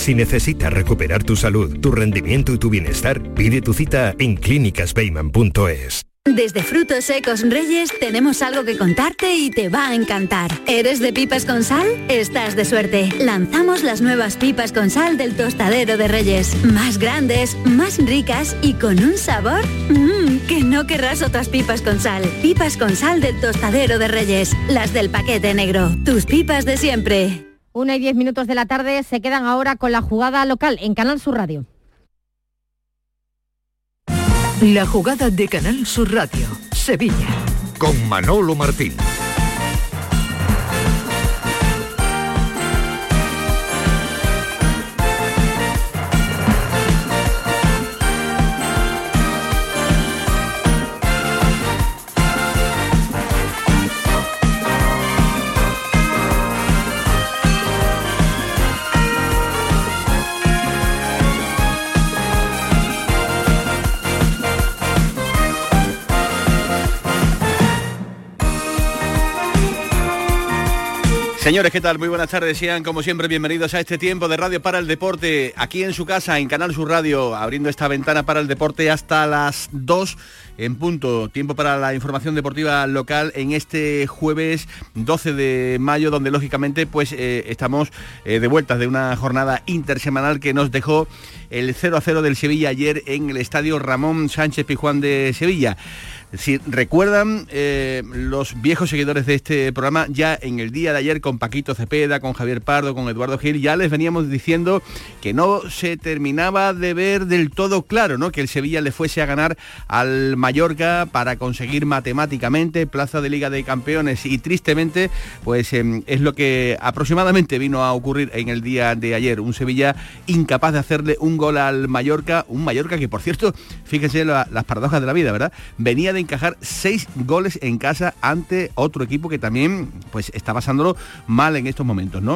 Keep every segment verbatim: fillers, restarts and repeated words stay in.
Si necesitas recuperar tu salud, tu rendimiento y tu bienestar, pide tu cita en clínicas beiman punto es. Desde Frutos Secos Reyes tenemos algo que contarte y te va a encantar. ¿Eres de pipas con sal? Estás de suerte. Lanzamos las nuevas pipas con sal del Tostadero de Reyes. Más grandes, más ricas y con un sabor mmm, que no querrás otras pipas con sal. Pipas con sal del Tostadero de Reyes. Las del paquete negro. Tus pipas de siempre. Una y diez minutos de la tarde se quedan ahora con la jugada local en Canal Sur Radio. La jugada de Canal Sur Radio, Sevilla. Con Manolo Martín. Señores, ¿qué tal? Muy buenas tardes, sean como siempre bienvenidos a este tiempo de Radio para el Deporte, aquí en su casa, en Canal Sur Radio, abriendo esta ventana para el deporte hasta las dos en punto. Tiempo para la información deportiva local en este jueves doce de mayo, donde lógicamente pues eh, estamos eh, de vueltas de una jornada intersemanal que nos dejó el cero a cero del Sevilla ayer en el estadio Ramón Sánchez Pizjuán de Sevilla. Si recuerdan eh, los viejos seguidores de este programa, ya en el día de ayer con Paquito Cepeda, con Javier Pardo, con Eduardo Gil, ya les veníamos diciendo que no se terminaba de ver del todo claro, ¿no?, que el Sevilla le fuese a ganar al Mallorca para conseguir matemáticamente plaza de Liga de Campeones, y tristemente pues eh, es lo que aproximadamente vino a ocurrir en el día de ayer. Un Sevilla incapaz de hacerle un gol al Mallorca, un Mallorca que, por cierto, fíjense la, las paradojas de la vida, ¿verdad? Venía de encajar seis goles en casa ante otro equipo que también pues está pasándolo mal en estos momentos, ¿no?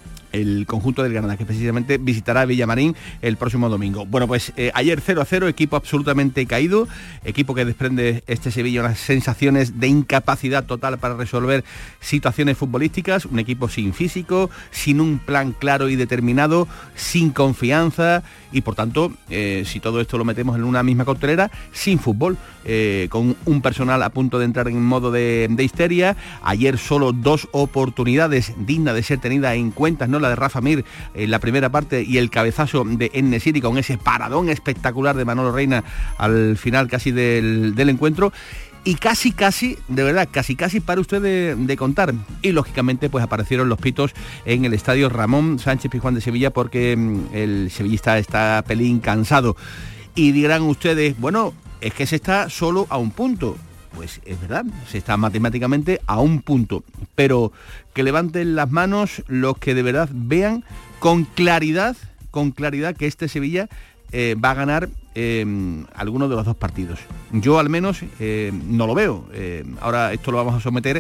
El conjunto del Granada, que precisamente visitará Villamarín el próximo domingo. Bueno, pues eh, ayer cero a cero, equipo absolutamente caído, equipo que desprende este Sevilla unas sensaciones de incapacidad total para resolver situaciones futbolísticas, un equipo sin físico, sin un plan claro y determinado, sin confianza y por tanto, eh, si todo esto lo metemos en una misma coctelera, sin fútbol, eh, con un personal a punto de entrar en modo de, de histeria. Ayer solo dos oportunidades dignas de ser tenidas en cuenta, ¿no? La de Rafa Mir en la primera parte y el cabezazo de En-Nesyri con ese paradón espectacular de Manolo Reina al final casi del, del encuentro. Y casi, casi, de verdad, casi, casi para usted de, de contar. Y lógicamente pues aparecieron los pitos en el estadio Ramón Sánchez Pizjuán de Sevilla, porque el sevillista está pelín cansado. Y dirán ustedes, bueno, es que se está solo a un punto. Pues es verdad, se está matemáticamente a un punto. Pero que levanten las manos los que de verdad vean con claridad, con claridad que este Sevilla eh, va a ganar eh, alguno de los dos partidos. Yo al menos eh, no lo veo. Eh, ahora esto lo vamos a someter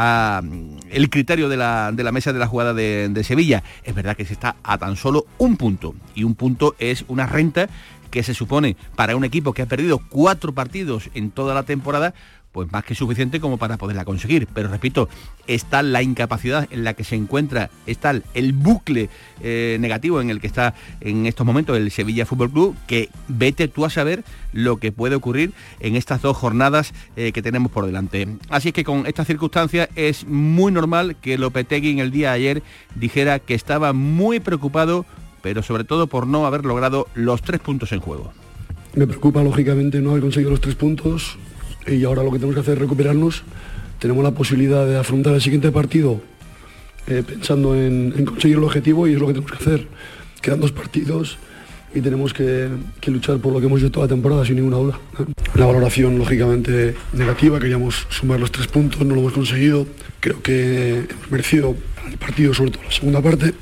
a el criterio de la, de la mesa de la jugada de, de Sevilla. Es verdad que se está a tan solo un punto, y un punto es una renta que se supone para un equipo que ha perdido cuatro partidos en toda la temporada, pues más que suficiente como para poderla conseguir. Pero repito, está la incapacidad en la que se encuentra, está el bucle eh, negativo en el que está en estos momentos el Sevilla Fútbol Club, que vete tú a saber lo que puede ocurrir en estas dos jornadas eh, que tenemos por delante. Así es que con estas circunstancias es muy normal que Lopetegui en el día de ayer dijera que estaba muy preocupado, pero sobre todo por no haber logrado los tres puntos en juego. Me preocupa lógicamente no haber conseguido los tres puntos, y ahora lo que tenemos que hacer es recuperarnos. Tenemos la posibilidad de afrontar el siguiente partido eh, pensando en, en conseguir el objetivo, y es lo que tenemos que hacer. Quedan dos partidos y tenemos que, que luchar por lo que hemos hecho toda la temporada, sin ninguna duda. La valoración lógicamente negativa, queríamos sumar los tres puntos, no lo hemos conseguido. Creo que hemos merecido el partido, sobre todo la segunda parte.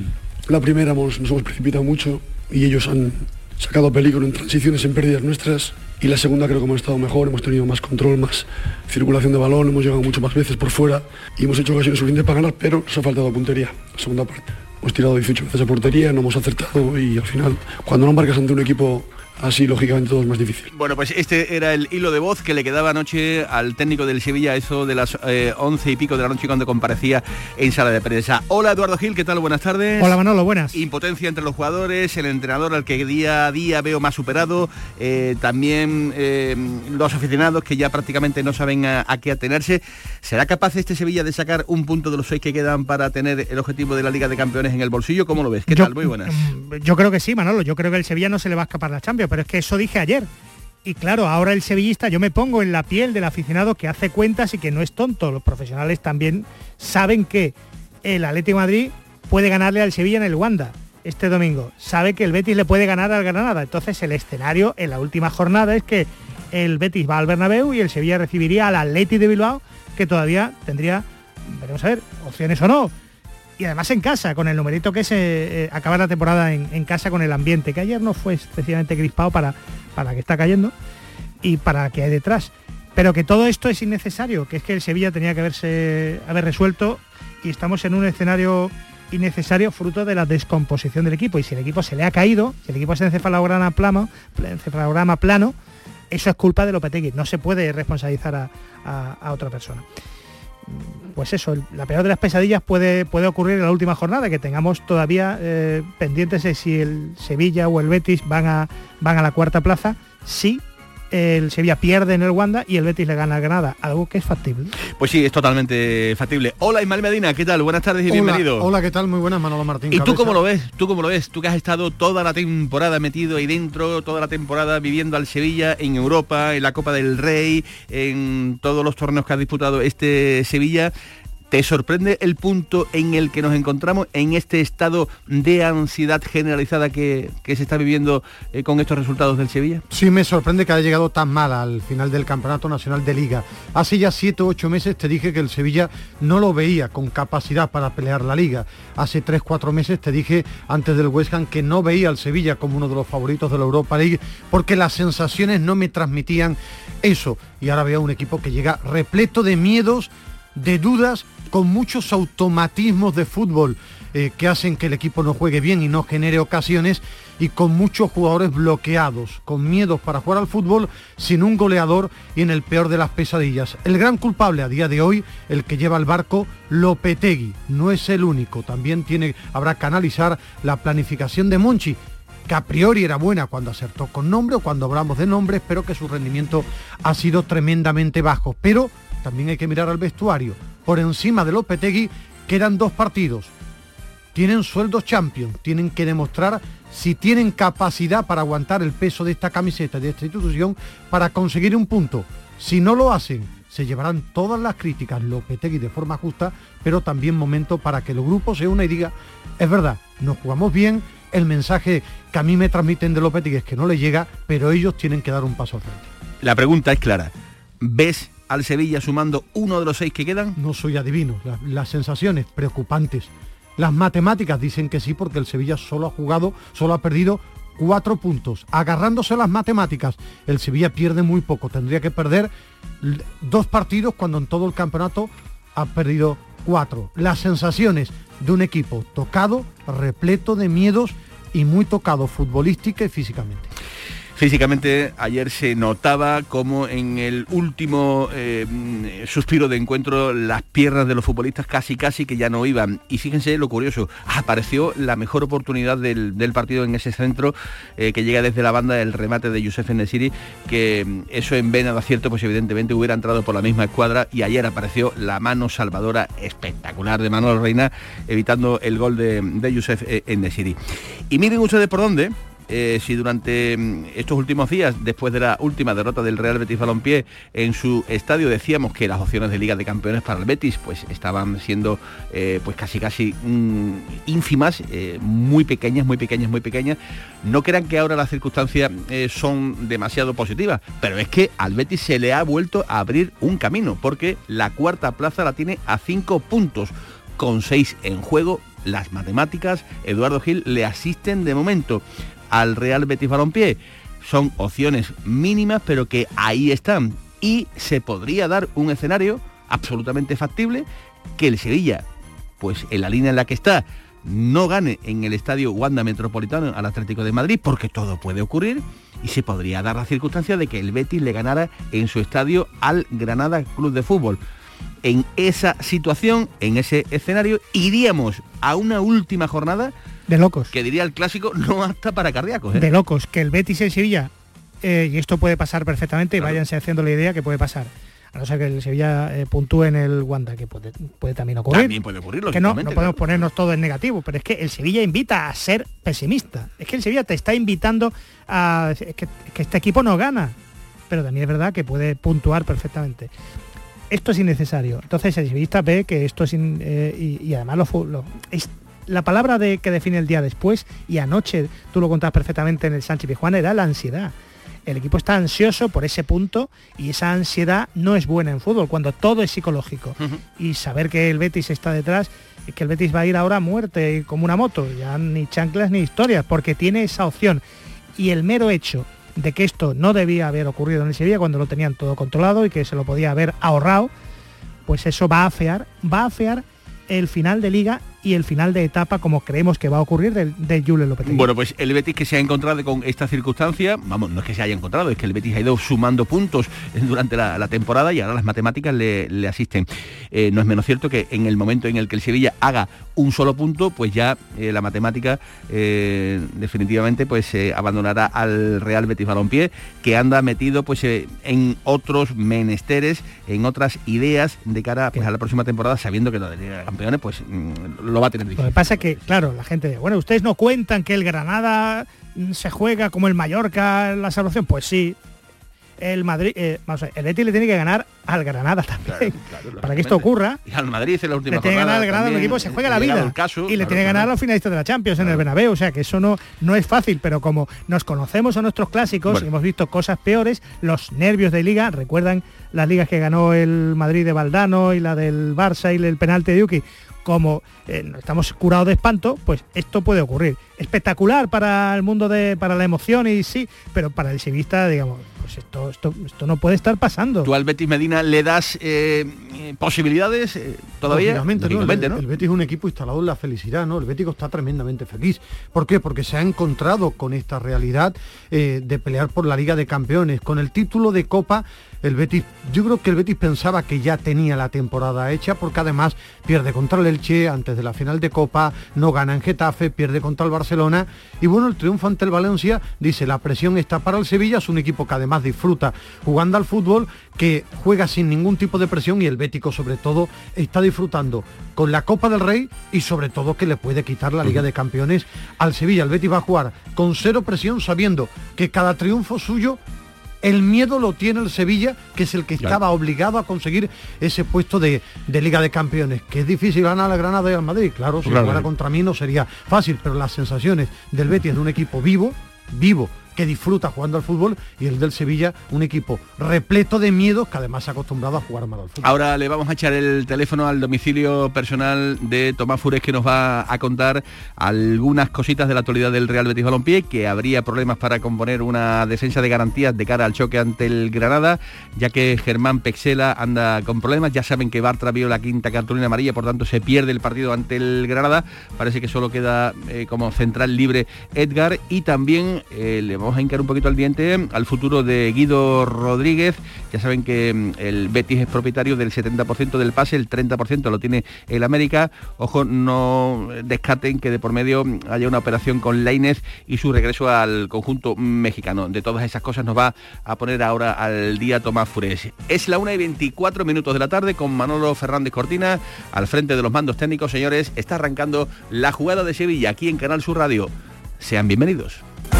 La primera hemos, nos hemos precipitado mucho y ellos han sacado peligro en transiciones, en pérdidas nuestras. Y la segunda creo que hemos estado mejor, hemos tenido más control, más circulación de balón, hemos llegado mucho más veces por fuera y hemos hecho ocasiones suficientes para ganar, pero nos ha faltado puntería, la segunda parte. Hemos tirado dieciocho veces a portería, no hemos acertado, y al final, cuando no marcas ante un equipo así lógicamente todo es más difícil. Bueno, pues este era el hilo de voz que le quedaba anoche al técnico del Sevilla, eso de las eh, once y pico de la noche cuando comparecía en sala de prensa. Hola Eduardo Gil, ¿qué tal? Buenas tardes. Hola Manolo, buenas. Impotencia entre los jugadores, el entrenador al que día a día veo más superado, eh, también eh, los aficionados que ya prácticamente no saben a, a qué atenerse. ¿Será capaz este Sevilla de sacar un punto de los seis que quedan para tener el objetivo de la Liga de Campeones en el bolsillo? ¿Cómo lo ves? ¿Qué yo, tal? Muy buenas. Yo creo que sí, Manolo, yo creo que el Sevilla no se le va a escapar la Champions, pero es que eso dije ayer. Y claro, ahora el sevillista, yo me pongo en la piel del aficionado que hace cuentas y que no es tonto. Los profesionales también saben que el Atlético de Madrid puede ganarle al Sevilla en el Wanda este domingo. Sabe que el Betis le puede ganar al Granada. Entonces el escenario en la última jornada es que el Betis va al Bernabéu y el Sevilla recibiría al Atleti de Bilbao, que todavía tendría, veremos a ver, opciones o no. Y además en casa, con el numerito que es eh, acabar la temporada en, en casa con el ambiente, que ayer no fue especialmente crispado para, para que está cayendo y para que hay detrás. Pero que todo esto es innecesario, que es que el Sevilla tenía que haberse haber resuelto y estamos en un escenario innecesario fruto de la descomposición del equipo. Y si el equipo se le ha caído, si el equipo es encefalograma plano, encefalograma plano, eso es culpa de Lopetegui. No se puede responsabilizar a, a, a otra persona. Pues eso, la peor de las pesadillas puede, puede ocurrir en la última jornada, que tengamos todavía eh, pendientes de si el Sevilla o el Betis van a, van a la cuarta plaza, sí. El Sevilla pierde en el Wanda y el Betis le gana a Granada, algo que es factible. Pues sí, es totalmente factible. Hola Ismael Medina, ¿qué tal? Buenas tardes y hola, bienvenido. Hola, ¿qué tal? Muy buenas, Manolo Martín. ¿Y Cabeza. tú cómo lo ves? ¿Tú cómo lo ves? Tú que has estado toda la temporada metido ahí dentro, toda la temporada viviendo al Sevilla en Europa, en la Copa del Rey, en todos los torneos que ha disputado este Sevilla. ¿Te sorprende el punto en el que nos encontramos en este estado de ansiedad generalizada que, que se está viviendo eh, con estos resultados del Sevilla? Sí, me sorprende que haya llegado tan mal al final del Campeonato Nacional de Liga. Hace ya siete u ocho meses te dije que el Sevilla no lo veía con capacidad para pelear la Liga. Hace tres, cuatro meses te dije antes del West Ham que no veía al Sevilla como uno de los favoritos de la Europa League porque las sensaciones no me transmitían eso. Y ahora veo un equipo que llega repleto de miedos, de dudas, con muchos automatismos de fútbol eh, que hacen que el equipo no juegue bien y no genere ocasiones, y con muchos jugadores bloqueados, con miedos para jugar al fútbol, sin un goleador y en el peor de las pesadillas. El gran culpable a día de hoy, el que lleva el barco, Lopetegui, no es el único. También tiene, habrá que analizar la planificación de Monchi, que a priori era buena cuando acertó con nombre o cuando hablamos de nombres, pero que su rendimiento ha sido tremendamente bajo. Pero también hay que mirar al vestuario. Por encima de Lopetegui quedan dos partidos. Tienen sueldos Champions, tienen que demostrar si tienen capacidad para aguantar el peso de esta camiseta, de esta institución, para conseguir un punto. Si no lo hacen, se llevarán todas las críticas Lopetegui de forma justa, pero también momento para que el grupo se una y diga, es verdad, nos jugamos bien, el mensaje que a mí me transmiten de Lopetegui es que no le llega, pero ellos tienen que dar un paso al frente. La pregunta es clara. ¿Ves al Sevilla sumando uno de los seis que quedan? No soy adivino. La, las sensaciones preocupantes. Las matemáticas dicen que sí, porque el Sevilla solo ha jugado, solo ha perdido cuatro puntos. Agarrándose a las matemáticas, el Sevilla pierde muy poco. Tendría que perder dos partidos cuando en todo el campeonato ha perdido cuatro. Las sensaciones de un equipo tocado, repleto de miedos y muy tocado futbolística y físicamente. Físicamente ayer se notaba como en el último eh, suspiro de encuentro las piernas de los futbolistas casi casi que ya no iban. Y fíjense lo curioso, apareció la mejor oportunidad del, del partido en ese centro eh, que llega desde la banda, el remate de Youssef En-Nesyri, que eso en vena de acierto pues evidentemente hubiera entrado por la misma escuadra, y ayer apareció la mano salvadora espectacular de Manolo Reina evitando el gol de, de Youssef En-Nesyri. Y miren ustedes por dónde. Eh, si durante estos últimos días, después de la última derrota del Real Betis Balompié en su estadio, decíamos que las opciones de Liga de Campeones para el Betis pues estaban siendo eh, pues casi casi mm, ínfimas, eh, muy pequeñas, muy pequeñas, muy pequeñas. No crean que ahora las circunstancias eh, son demasiado positivas, pero es que al Betis se le ha vuelto a abrir un camino, porque la cuarta plaza la tiene a cinco puntos, con seis en juego. Las matemáticas, Eduardo Gil, le asisten de momento al Real Betis Balompié. Son opciones mínimas, pero que ahí están. Y se podría dar un escenario absolutamente factible, que el Sevilla, pues en la línea en la que está, no gane en el estadio Wanda Metropolitano al Atlético de Madrid, porque todo puede ocurrir, y se podría dar la circunstancia de que el Betis le ganara en su estadio al Granada Club de Fútbol. En esa situación, en ese escenario, iríamos a una última jornada de locos, que diría el clásico, no apta para cardíacos, ¿eh? De locos, que el Betis y el Sevilla, eh, y esto puede pasar perfectamente, claro. Váyanse haciendo la idea que puede pasar. A no ser que el Sevilla eh, puntúe en el Wanda, que puede, puede también ocurrir. También puede ocurrir, que no, no podemos ponernos todo en negativo, pero es que el Sevilla invita a ser pesimista. Es que el Sevilla te está invitando a... Es que, que este equipo no gana, pero también es verdad que puede puntuar perfectamente. Esto es innecesario. Entonces el sevillista ve que esto es... In, eh, y, y además lo, lo, es la palabra de que define el día después, y anoche tú lo contabas perfectamente en el Sánchez Pizjuán, era la ansiedad. El equipo está ansioso por ese punto y esa ansiedad no es buena en fútbol, cuando todo es psicológico. Uh-huh. Y saber que el Betis está detrás, y que el Betis va a ir ahora a muerte como una moto, ya ni chanclas ni historias, porque tiene esa opción. Y el mero hecho de que esto no debía haber ocurrido en el Sevilla cuando lo tenían todo controlado y que se lo podía haber ahorrado, pues eso va a afear, va a afear el final de Liga y el final de etapa, como creemos que va a ocurrir del, del Julen Lopetegui. Bueno, pues el Betis que se ha encontrado con esta circunstancia, vamos, no es que se haya encontrado, es que el Betis ha ido sumando puntos durante la, la temporada y ahora las matemáticas le, le asisten. Eh, no es menos cierto que en el momento en el que el Sevilla haga un solo punto, pues ya eh, la matemática eh, definitivamente pues eh, abandonará al Real Betis Balompié, que anda metido pues eh, en otros menesteres, en otras ideas de cara pues, a la próxima temporada, sabiendo que lo de Liga de Campeones pues mm, lo va a tener difícil. Lo que pasa es que, claro, la gente, bueno, ustedes no cuentan que el Granada se juega como el Mallorca en la salvación. Pues sí, el Madrid, eh, vamos a ver, el Betis le tiene que ganar al Granada también. Claro, claro, para que esto ocurra. Y al Madrid en la última le tiene que ganar al Granada, un equipo se juega la vida. Caso, y le claro, tiene que ganar a los finalistas de la Champions claro. en el Bernabéu. O sea que eso no, no es fácil, pero como nos conocemos a nuestros clásicos, bueno. y hemos visto cosas peores, los nervios de Liga, recuerdan las ligas que ganó el Madrid de Valdano y la del Barça y el penalti de Yuki, como eh, estamos curados de espanto, pues esto puede ocurrir. Espectacular para el mundo de, para la emoción y sí, pero para el sevillista, digamos, pues esto, esto, esto no puede estar pasando. ¿Tú al Betis Medina le das eh, posibilidades eh, todavía? Lógicamente, ¿no? El, ¿no? El Betis es un equipo instalado en la felicidad, ¿no? El Betis está tremendamente feliz. ¿Por qué? Porque se ha encontrado con esta realidad eh, de pelear por la Liga de Campeones. Con el título de Copa, el Betis, yo creo que el Betis pensaba que ya tenía la temporada hecha, porque además pierde contra el Elche antes de la final de Copa, no gana en Getafe, pierde contra el Barcelona, y bueno, el triunfo ante el Valencia, dice, la presión está para el Sevilla, es un equipo que además disfruta jugando al fútbol, que juega sin ningún tipo de presión, y el Bético sobre todo está disfrutando con la Copa del Rey, y sobre todo que le puede quitar la Liga de Campeones al Sevilla. El Betis va a jugar con cero presión, sabiendo que cada triunfo suyo, el miedo lo tiene el Sevilla, que es el que estaba claro. obligado a conseguir ese puesto de, de Liga de Campeones. Que es difícil ganar al Granada y al Madrid. Claro, si claro, jugara claro. contra mí no sería fácil, pero las sensaciones del Betis de un equipo vivo, vivo, que disfruta jugando al fútbol, y el del Sevilla, un equipo repleto de miedos, que además se ha acostumbrado a jugar mal al fútbol. Ahora le vamos a echar el teléfono al domicilio personal de Tomás Fures, que nos va a contar algunas cositas de la actualidad del Real Betis Balompié, que habría problemas para componer una defensa de garantías de cara al choque ante el Granada, ya que Germán Pexela anda con problemas. Ya saben que Bartra vio la quinta cartulina amarilla, por tanto se pierde el partido ante el Granada. Parece que solo queda eh, como central libre Edgar, y también eh, le vamos a hincar un poquito al diente al futuro de Guido Rodríguez. Ya saben que el Betis es propietario del setenta por ciento del pase, el treinta por ciento lo tiene el América. Ojo, no descarten que de por medio haya una operación con Lainez y su regreso al conjunto mexicano. De todas esas cosas nos va a poner ahora al día Tomás Fures. Es la una y veinticuatro minutos de la tarde, con Manolo Fernández Cortina al frente de los mandos técnicos. Señores, está arrancando la jugada de Sevilla aquí en Canal Sur Radio. Sean bienvenidos.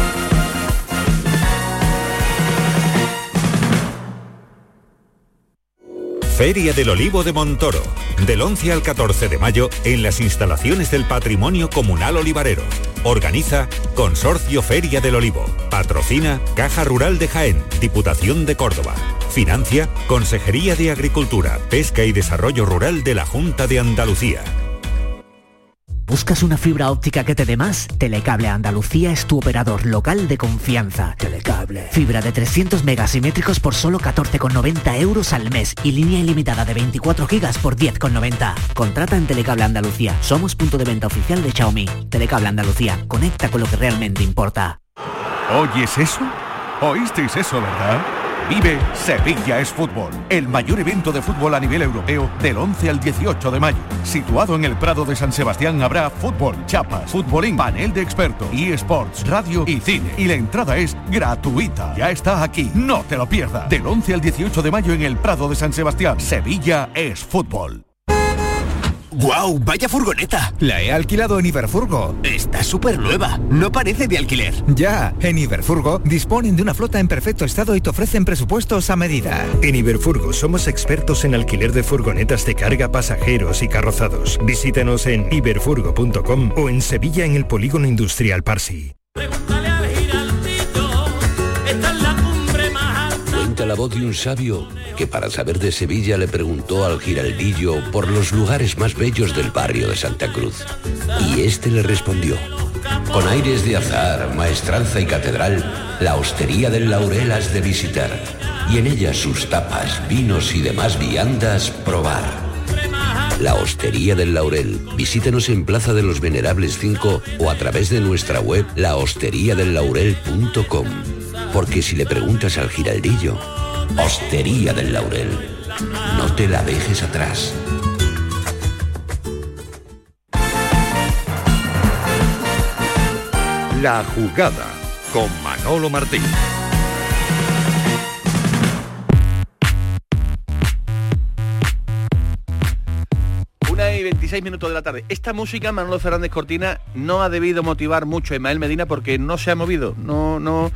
Feria del Olivo de Montoro, del once al catorce de mayo en las instalaciones del Patrimonio Comunal Olivarero. Organiza Consorcio Feria del Olivo. Patrocina Caja Rural de Jaén, Diputación de Córdoba. Financia Consejería de Agricultura, Pesca y Desarrollo Rural de la Junta de Andalucía. ¿Buscas una fibra óptica que te dé más? Telecable Andalucía es tu operador local de confianza. Telecable. Fibra de trescientos megasimétricos por solo catorce con noventa euros al mes y línea ilimitada de veinticuatro gigas por diez con noventa. Contrata en Telecable Andalucía. Somos punto de venta oficial de Xiaomi. Telecable Andalucía. Conecta con lo que realmente importa. ¿Oyes eso? ¿Oísteis eso, verdad? Vive Sevilla es Fútbol, el mayor evento de fútbol a nivel europeo del once al dieciocho de mayo. Situado en el Prado de San Sebastián habrá fútbol, chapas, futbolín, panel de expertos, eSports, radio y cine. Y la entrada es gratuita. Ya está aquí, no te lo pierdas. Del once al dieciocho de mayo en el Prado de San Sebastián. Sevilla es Fútbol. ¡Guau! ¡Vaya furgoneta! La he alquilado en Iberfurgo. Está súper nueva. No parece de alquiler. Ya, en Iberfurgo disponen de una flota en perfecto estado y te ofrecen presupuestos a medida. En Iberfurgo somos expertos en alquiler de furgonetas de carga, pasajeros y carrozados. Visítanos en iberfurgo punto com o en Sevilla en el Polígono Industrial Parsi. Cuenta la voz de un sabio que para saber de Sevilla le preguntó al giraldillo por los lugares más bellos del barrio de Santa Cruz. Y este le respondió: con aires de azar, maestranza y catedral, la hostería del Laurel has de visitar, y en ella sus tapas, vinos y demás viandas probar. La Hostería del Laurel. Visítenos en Plaza de los Venerables cinco o a través de nuestra web la hostería del laurel punto com. Porque si le preguntas al giraldillo, Hostería del Laurel, no te la dejes atrás. La Jugada con Manolo Martín. Y veintiséis minutos de la tarde. Esta música, Manolo Fernández Cortina, no ha debido motivar mucho a Ismael Medina porque no se ha movido, no, no,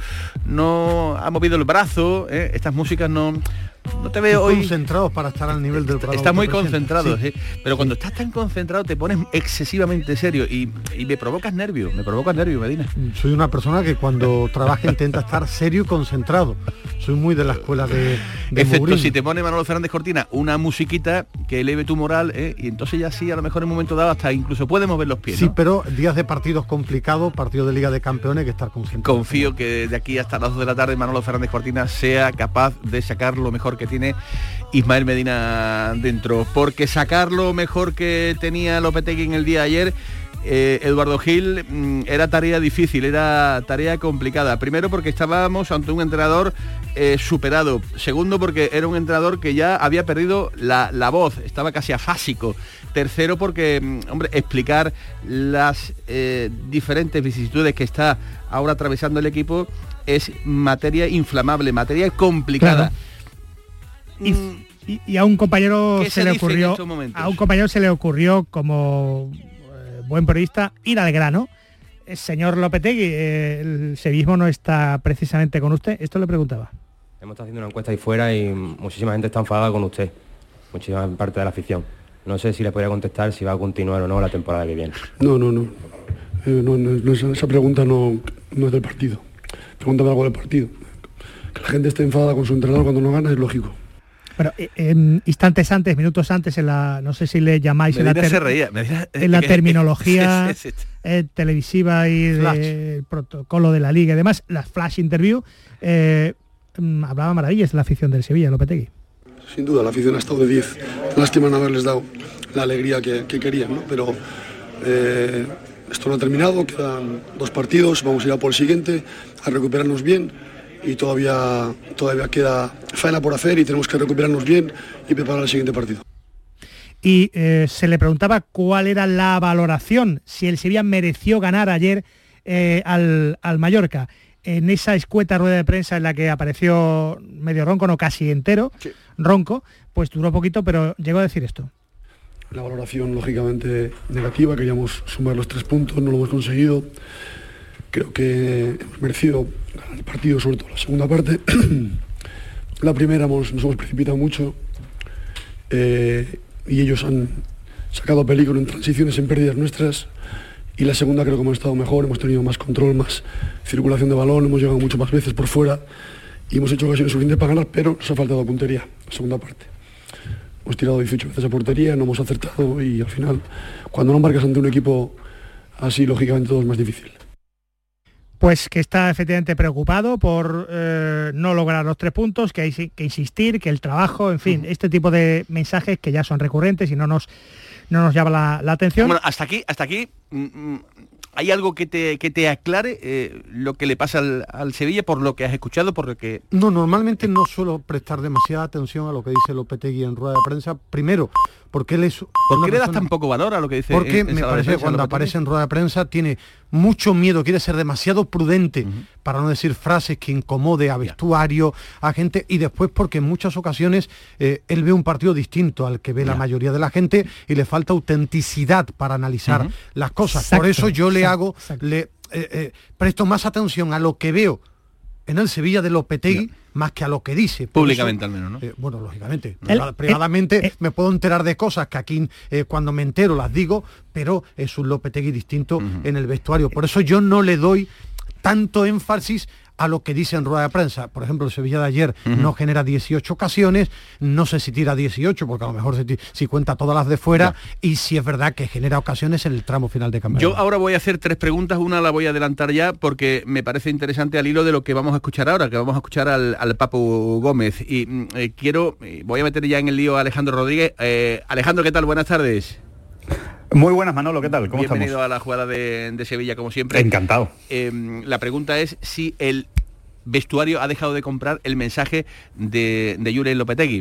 no ha movido el brazo, ¿eh? Estas músicas no, no te veo hoy concentrados para estar al nivel del programa. Estás muy concentrado, sí. ¿Sí? Pero cuando estás tan concentrado te pones excesivamente serio y, y me provocas nervios, me provocas nervios, Medina. Soy una persona que cuando trabaja intenta estar serio y concentrado. Soy muy de la escuela de, de Excepto Mourinho. Si te pone Manolo Fernández Cortina una musiquita que eleve tu moral, ¿eh? Y entonces ya sí, a lo mejor en un momento dado hasta incluso puede mover los pies, ¿no? Sí, pero días de partidos complicados, partidos de Liga de Campeones, hay que estar concentrado. Confío que de aquí hasta las dos de la tarde Manolo Fernández Cortina sea capaz de sacar lo mejor que tiene Ismael Medina dentro, porque sacar lo mejor que tenía Lopetegui en el día de ayer, eh, Eduardo Gil, mmm, era tarea difícil, era tarea complicada. Primero porque estábamos ante un entrenador eh, superado. Segundo porque era un entrenador que ya había perdido la, la voz, estaba casi afásico. Tercero porque, mmm, hombre, explicar las eh, diferentes vicisitudes que está ahora atravesando el equipo es materia inflamable, materia complicada. Claro. Y, y, y a un compañero se, se le ocurrió a un compañero se le ocurrió como eh, buen periodista ir al grano. El señor Lopetegui, eh, el sevillismo no está precisamente con usted. Esto le preguntaba. Hemos estado haciendo una encuesta ahí fuera y muchísima gente está enfadada con usted, muchísima parte de la afición. No sé si le podría contestar si va a continuar o no la temporada que viene. No, no, no. Eh, no, no, no esa, esa pregunta no, no es del partido. Pregúntame algo del partido. Que la gente esté enfadada con su entrenador cuando no gana es lógico. Bueno, en instantes antes, minutos antes, en la, no sé si le llamáis en la, ter- se reía, Medina, en la terminología eh, televisiva y del protocolo de la liga y demás, las flash interview, eh, hablaba maravillas de la afición del Sevilla, Lopetegui. Sin duda, la afición ha estado de diez. Lástima no haberles dado la alegría que, que querían, ¿no? Pero eh, esto no ha terminado, quedan dos partidos, vamos a ir a por el siguiente, a recuperarnos bien. Y todavía, todavía queda faena por hacer y tenemos que recuperarnos bien y preparar el siguiente partido. Y eh, se le preguntaba cuál era la valoración, si el Sevilla mereció ganar ayer eh, al, al Mallorca. En esa escueta rueda de prensa en la que apareció medio ronco, no casi entero, sí. ronco, pues duró poquito, pero llegó a decir esto. La valoración, lógicamente, negativa, queríamos sumar los tres puntos, no lo hemos conseguido. Creo que hemos merecido ganar el partido, sobre todo la segunda parte. La primera hemos, nos hemos precipitado mucho eh, y ellos han sacado peligro en transiciones, en pérdidas nuestras. Y la segunda creo que hemos estado mejor, hemos tenido más control, más circulación de balón, hemos llegado mucho más veces por fuera y hemos hecho ocasiones suficientes para ganar, pero nos ha faltado puntería, la segunda parte. Hemos tirado dieciocho veces a portería, no hemos acertado y al final, cuando no marcas ante un equipo así, lógicamente todo es más difícil. Pues que está efectivamente preocupado por eh, no lograr los tres puntos, que hay que insistir, que el trabajo, en fin, uh-huh. este tipo de mensajes que ya son recurrentes y no nos, no nos llama la, la atención. Bueno, hasta aquí, hasta aquí, mm, ¿hay algo que te, que te aclare eh, lo que le pasa al, al Sevilla por lo que has escuchado, por lo que... No, normalmente no suelo prestar demasiada atención a lo que dice Lopetegui en rueda de prensa. Primero, porque él es... ¿Por qué le das tan poco valor a lo que dice? Porque en, en me parece que cuando Lopetegui aparece en rueda de prensa tiene mucho miedo, quiere ser demasiado prudente, uh-huh. para no decir frases que incomode a vestuario, a gente, y después porque en muchas ocasiones eh, él ve un partido distinto al que ve yeah. la mayoría de la gente y le falta autenticidad para analizar uh-huh. las cosas. Exacto, Por eso yo exacto, le hago, exacto. le eh, eh, presto más atención a lo que veo en el Sevilla de Lopetegui, yeah. más que a lo que dice. Por Públicamente eso, al menos, ¿no? Eh, bueno, lógicamente. El, privadamente eh, eh, me puedo enterar de cosas que aquí eh, cuando me entero las digo, pero es un Lopetegui distinto uh-huh. en el vestuario. Por eso yo no le doy tanto énfasis a lo que dice en rueda de prensa. Por ejemplo, el Sevilla de ayer uh-huh. no genera dieciocho ocasiones, no sé si tira dieciocho, porque a lo mejor si, si cuenta todas las de fuera, yeah. y si es verdad que genera ocasiones en el tramo final de campeonato. Yo ahora voy a hacer tres preguntas, una la voy a adelantar ya, porque me parece interesante al hilo de lo que vamos a escuchar ahora, que vamos a escuchar al, al Papu Gómez. Y eh, quiero, eh, voy a meter ya en el lío a Alejandro Rodríguez. Eh, Alejandro, ¿qué tal? Buenas tardes. Muy buenas, Manolo, ¿qué tal? ¿Cómo Bienvenido estamos? a la jugada de, de Sevilla, como siempre. Encantado. Eh, la pregunta es si el vestuario ha dejado de comprar el mensaje de, de Julen Lopetegui.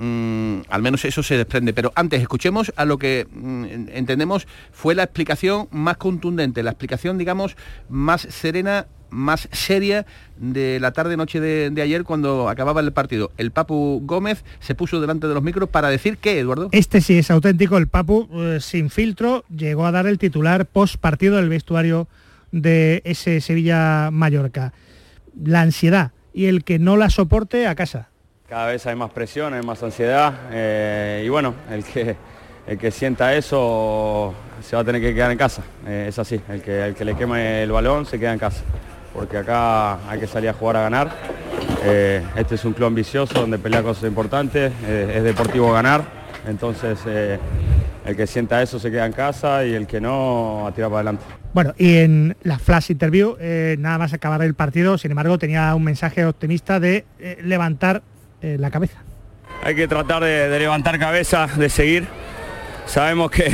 Mm, al menos eso se desprende. Pero antes, escuchemos a lo que mm, entendemos fue la explicación más contundente, la explicación, digamos, más serena, más seria de la tarde-noche de, de ayer cuando acababa el partido. El Papu Gómez se puso delante de los micros para decir ¿qué, Eduardo? Este sí es auténtico, el Papu, eh, sin filtro, llegó a dar el titular post-partido del vestuario de ese Sevilla-Mallorca. La ansiedad y el que no la soporte a casa. Cada vez hay más presión, hay más ansiedad eh, y bueno, el que, el que sienta eso se va a tener que quedar en casa, eh, es así, el que, el que le queme el balón se queda en casa. Porque acá hay que salir a jugar a ganar. Eh, este es un club ambicioso donde pelea cosas importantes, eh, es deportivo ganar, entonces eh, el que sienta eso se queda en casa y el que no a tirar para adelante. Bueno, y en la flash interview, eh, nada más acabar el partido, sin embargo tenía un mensaje optimista de eh, levantar eh, la cabeza. Hay que tratar de, de levantar cabeza, de seguir. Sabemos que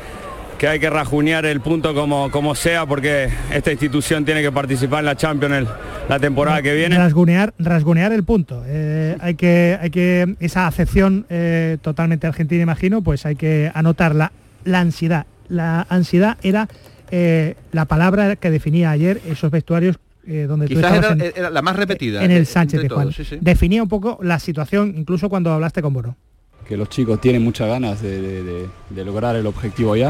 que hay que rajunear el punto como, como sea, porque esta institución tiene que participar en la Champions el, la temporada que viene. Rasgunear, rasgunear el punto. Eh, hay que, hay que esa acepción eh, totalmente argentina, imagino, pues hay que anotar la, la ansiedad. La ansiedad era eh, la palabra que definía ayer esos vestuarios eh, donde Quizás tú estabas era, en, era la más repetida. En el Sánchez de Juan. Sí, sí. Definía un poco la situación, incluso cuando hablaste con Bono. Que los chicos tienen muchas ganas de, de, de, de lograr el objetivo ya,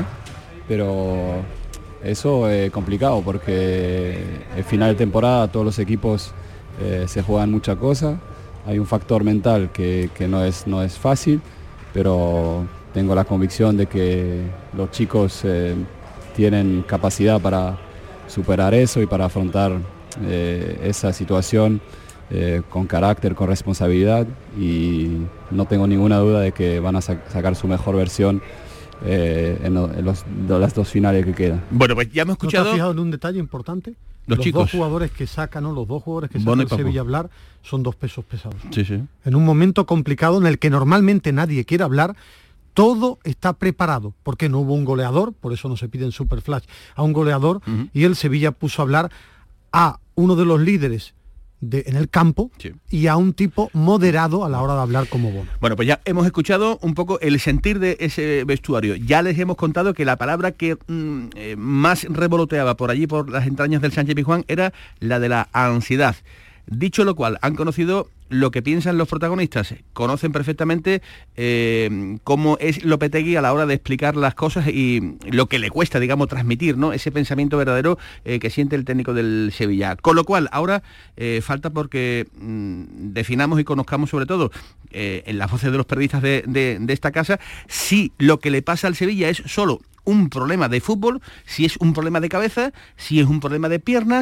pero eso es complicado porque el final de temporada todos los equipos eh, se juegan muchas cosas, hay un factor mental que, que no, es, no es fácil, pero tengo la convicción de que los chicos eh, tienen capacidad para superar eso y para afrontar eh, esa situación eh, con carácter, con responsabilidad, y no tengo ninguna duda de que van a sa- sacar su mejor versión Eh, en, lo, en los, de las dos finales que quedan. Bueno, pues ya hemos escuchado... ¿No te has fijado en un detalle importante? Los, los chicos. dos jugadores que sacan, ¿no? Los dos jugadores que Bono sacan el Sevilla a hablar son dos pesos pesados. Sí, sí. En un momento complicado en el que normalmente nadie quiere hablar, todo está preparado, porque no hubo un goleador, por eso no se pide en Superflash a un goleador, uh-huh. y el Sevilla puso a hablar a uno de los líderes De, en el campo, sí. y a un tipo moderado a la hora de hablar como Bono. Bueno, pues ya hemos escuchado un poco el sentir de ese vestuario. Ya les hemos contado que la palabra que mm, eh, más revoloteaba por allí, por las entrañas del Sánchez Pizjuán, era la de la ansiedad. Dicho lo cual, han conocido lo que piensan los protagonistas, conocen perfectamente eh, cómo es Lopetegui a la hora de explicar las cosas y lo que le cuesta, digamos, transmitir, ¿no? Ese pensamiento verdadero eh, que siente el técnico del Sevilla. Con lo cual, ahora eh, falta porque mmm, definamos y conozcamos sobre todo eh, en las voces de los periodistas de, de, de esta casa, si lo que le pasa al Sevilla es solo un problema de fútbol, si es un problema de cabeza, si es un problema de piernas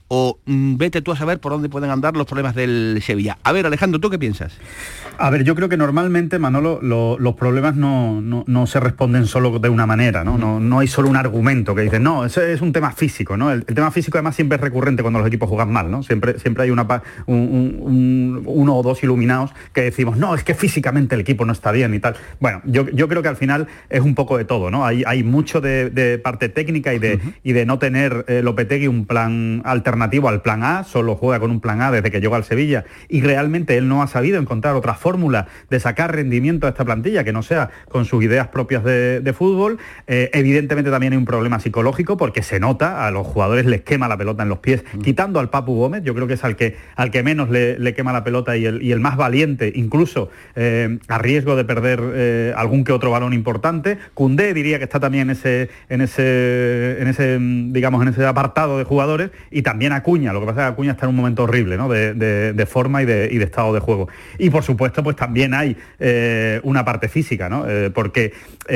o mm, vete tú a saber por dónde pueden andar los problemas del Sevilla. A ver, Alejandro, ¿tú qué piensas? A ver, yo creo que normalmente, Manolo, lo, los problemas no, no, no se responden solo de una manera, ¿no? No, no hay solo un argumento que dice, no, eso es un tema físico, ¿no? El, el tema físico además siempre es recurrente cuando los equipos juegan mal, ¿no? Siempre, siempre hay una, un, un, un, uno o dos iluminados que decimos, no, es que físicamente el equipo no está bien y tal. Bueno, yo, yo creo que al final es un poco de todo, ¿no? Hay, hay mucho de, de parte técnica y de, uh-huh. y de no tener eh, Lopetegui un plan alternativo al plan A, solo juega con un plan A desde que llegó al Sevilla y realmente él no ha sabido encontrar otra fórmula de sacar rendimiento a esta plantilla que no sea con sus ideas propias de, de fútbol. Eh, evidentemente también hay un problema psicológico porque se nota, a los jugadores les quema la pelota en los pies, uh-huh. quitando al Papu Gómez, yo creo que es al que, al que menos le, le quema la pelota y el, y el más valiente, incluso eh, a riesgo de perder eh, algún que otro balón importante. Koundé diría que está también en ese, en ese, en ese, digamos, en ese apartado de jugadores, y también Acuña. Lo que pasa es que Acuña está en un momento horrible, ¿no? de, de, de forma y de, y de estado de juego. Y por supuesto, pues también También hay eh, una parte física, ¿no? Eh, porque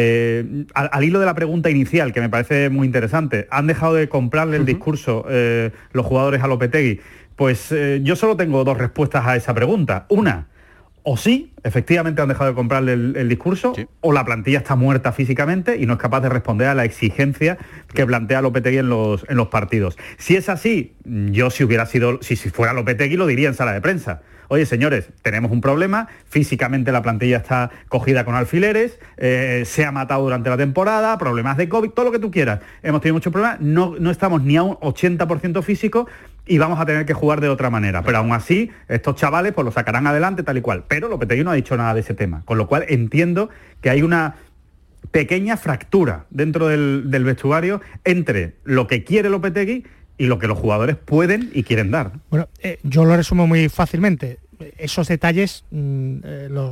eh, al, al hilo de la pregunta inicial, que me parece muy interesante, ¿han dejado de comprarle el uh-huh. discurso eh, los jugadores a Lopetegui? Pues eh, yo solo tengo dos respuestas a esa pregunta. Una, o sí, efectivamente han dejado de comprarle el, el discurso, sí. o la plantilla está muerta físicamente y no es capaz de responder a la exigencia que plantea Lopetegui en los, en los partidos. Si es así, yo si hubiera sido, si, si fuera Lopetegui lo diría en sala de prensa. Oye, señores, tenemos un problema, físicamente la plantilla está cogida con alfileres, eh, se ha matado durante la temporada, problemas de COVID, todo lo que tú quieras. Hemos tenido muchos problemas, no, no estamos ni a un ochenta por ciento físico y vamos a tener que jugar de otra manera. Pero aún así, estos chavales pues lo sacarán adelante tal y cual. Pero Lopetegui no ha dicho nada de ese tema, con lo cual entiendo que hay una pequeña fractura dentro del, del vestuario entre lo que quiere Lopetegui y lo que los jugadores pueden y quieren dar. Bueno, eh, yo lo resumo muy fácilmente. Esos detalles mm, eh, los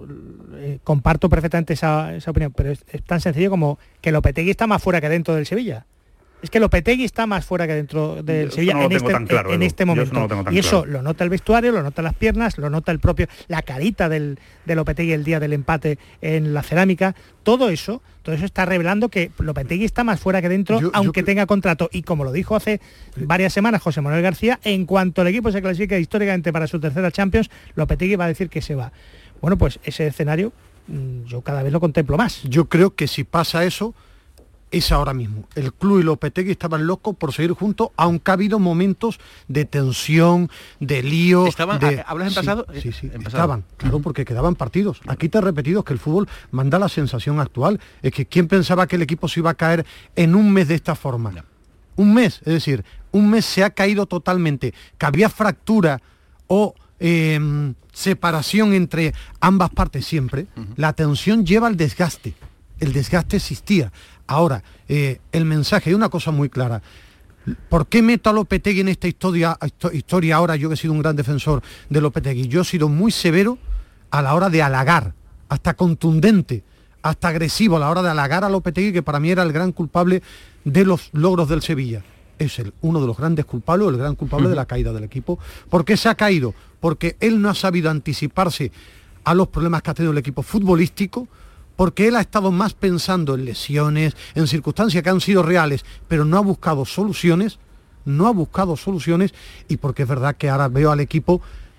eh, comparto perfectamente esa, esa opinión, pero es, es tan sencillo como que Lopetegui está más fuera que dentro del Sevilla. Es que Lopetegui está más fuera que dentro del yo Sevilla no en, este, claro, en este momento. Eso no lo y eso claro. lo nota el vestuario, lo nota las piernas, lo nota el propio, la carita del, de Lopetegui el día del empate en la Cerámica. Todo eso, todo eso está revelando que Lopetegui está más fuera que dentro, yo, aunque yo... tenga contrato. Y como lo dijo hace sí. varias semanas José Manuel García, en cuanto el equipo se clasifique históricamente para su tercera Champions, Lopetegui va a decir que se va. Bueno, pues ese escenario yo cada vez lo contemplo más. Yo creo que si pasa eso, es ahora mismo. El club y Lopetegui estaban locos por seguir juntos, aunque ha habido momentos de tensión, de lío. ¿Estaban, de... ¿Hablas en sí, pasado? Sí, sí, en estaban, pasado. claro, porque quedaban partidos. Aquí te he repetido que el fútbol manda la sensación actual. Es que ¿quién pensaba que el equipo se iba a caer en un mes de esta forma? No. Un mes, es decir, un mes se ha caído totalmente. Que había fractura o eh, separación entre ambas partes siempre. Uh-huh. La tensión lleva al desgaste. El desgaste existía. Ahora, eh, el mensaje, hay una cosa muy clara. ¿Por qué meto a Lopetegui en esta historia, historia ahora, yo que he sido un gran defensor de Lopetegui? Yo he sido muy severo a la hora de halagar, hasta contundente, hasta agresivo a la hora de halagar a Lopetegui, que para mí era el gran culpable de los logros del Sevilla. Es el, uno de los grandes culpables, o el gran culpable uh-huh. de la caída del equipo. ¿Por qué se ha caído? Porque él no ha sabido anticiparse a los problemas que ha tenido el equipo futbolístico, porque él ha estado más pensando en lesiones, en circunstancias que han sido reales, pero no ha buscado soluciones, no ha buscado soluciones, y porque es verdad que ahora veo al equipo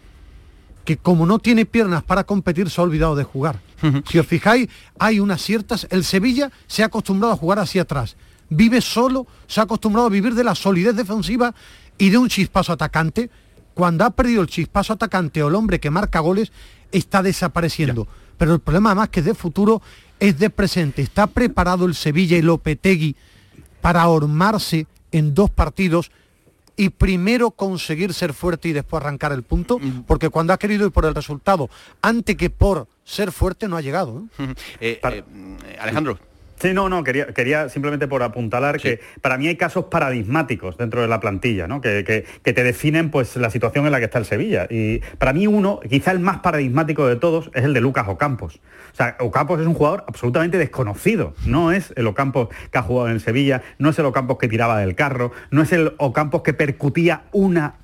que como no tiene piernas para competir, se ha olvidado de jugar. Uh-huh. Si os fijáis, hay unas ciertas... El Sevilla se ha acostumbrado a jugar hacia atrás, vive solo, se ha acostumbrado a vivir de la solidez defensiva y de un chispazo atacante. Cuando ha perdido el chispazo atacante o el hombre que marca goles, está desapareciendo. Ya. Pero el problema más que de futuro es de presente. ¿Está preparado el Sevilla y Lopetegui para ahormarse en dos partidos y primero conseguir ser fuerte y después arrancar el punto? Porque cuando ha querido ir por el resultado, antes que por ser fuerte, no ha llegado, ¿eh? Eh, eh, Alejandro. Sí, no, no, quería, quería simplemente por apuntalar sí. que para mí hay casos paradigmáticos dentro de la plantilla, ¿no? Que, que, que te definen pues la situación en la que está el Sevilla. Y para mí uno, quizá el más paradigmático de todos, es el de Lucas Ocampos. O sea, Ocampos es un jugador absolutamente desconocido. No es el Ocampos que ha jugado en el Sevilla, no es el Ocampos que tiraba del carro, no es el Ocampos que percutía una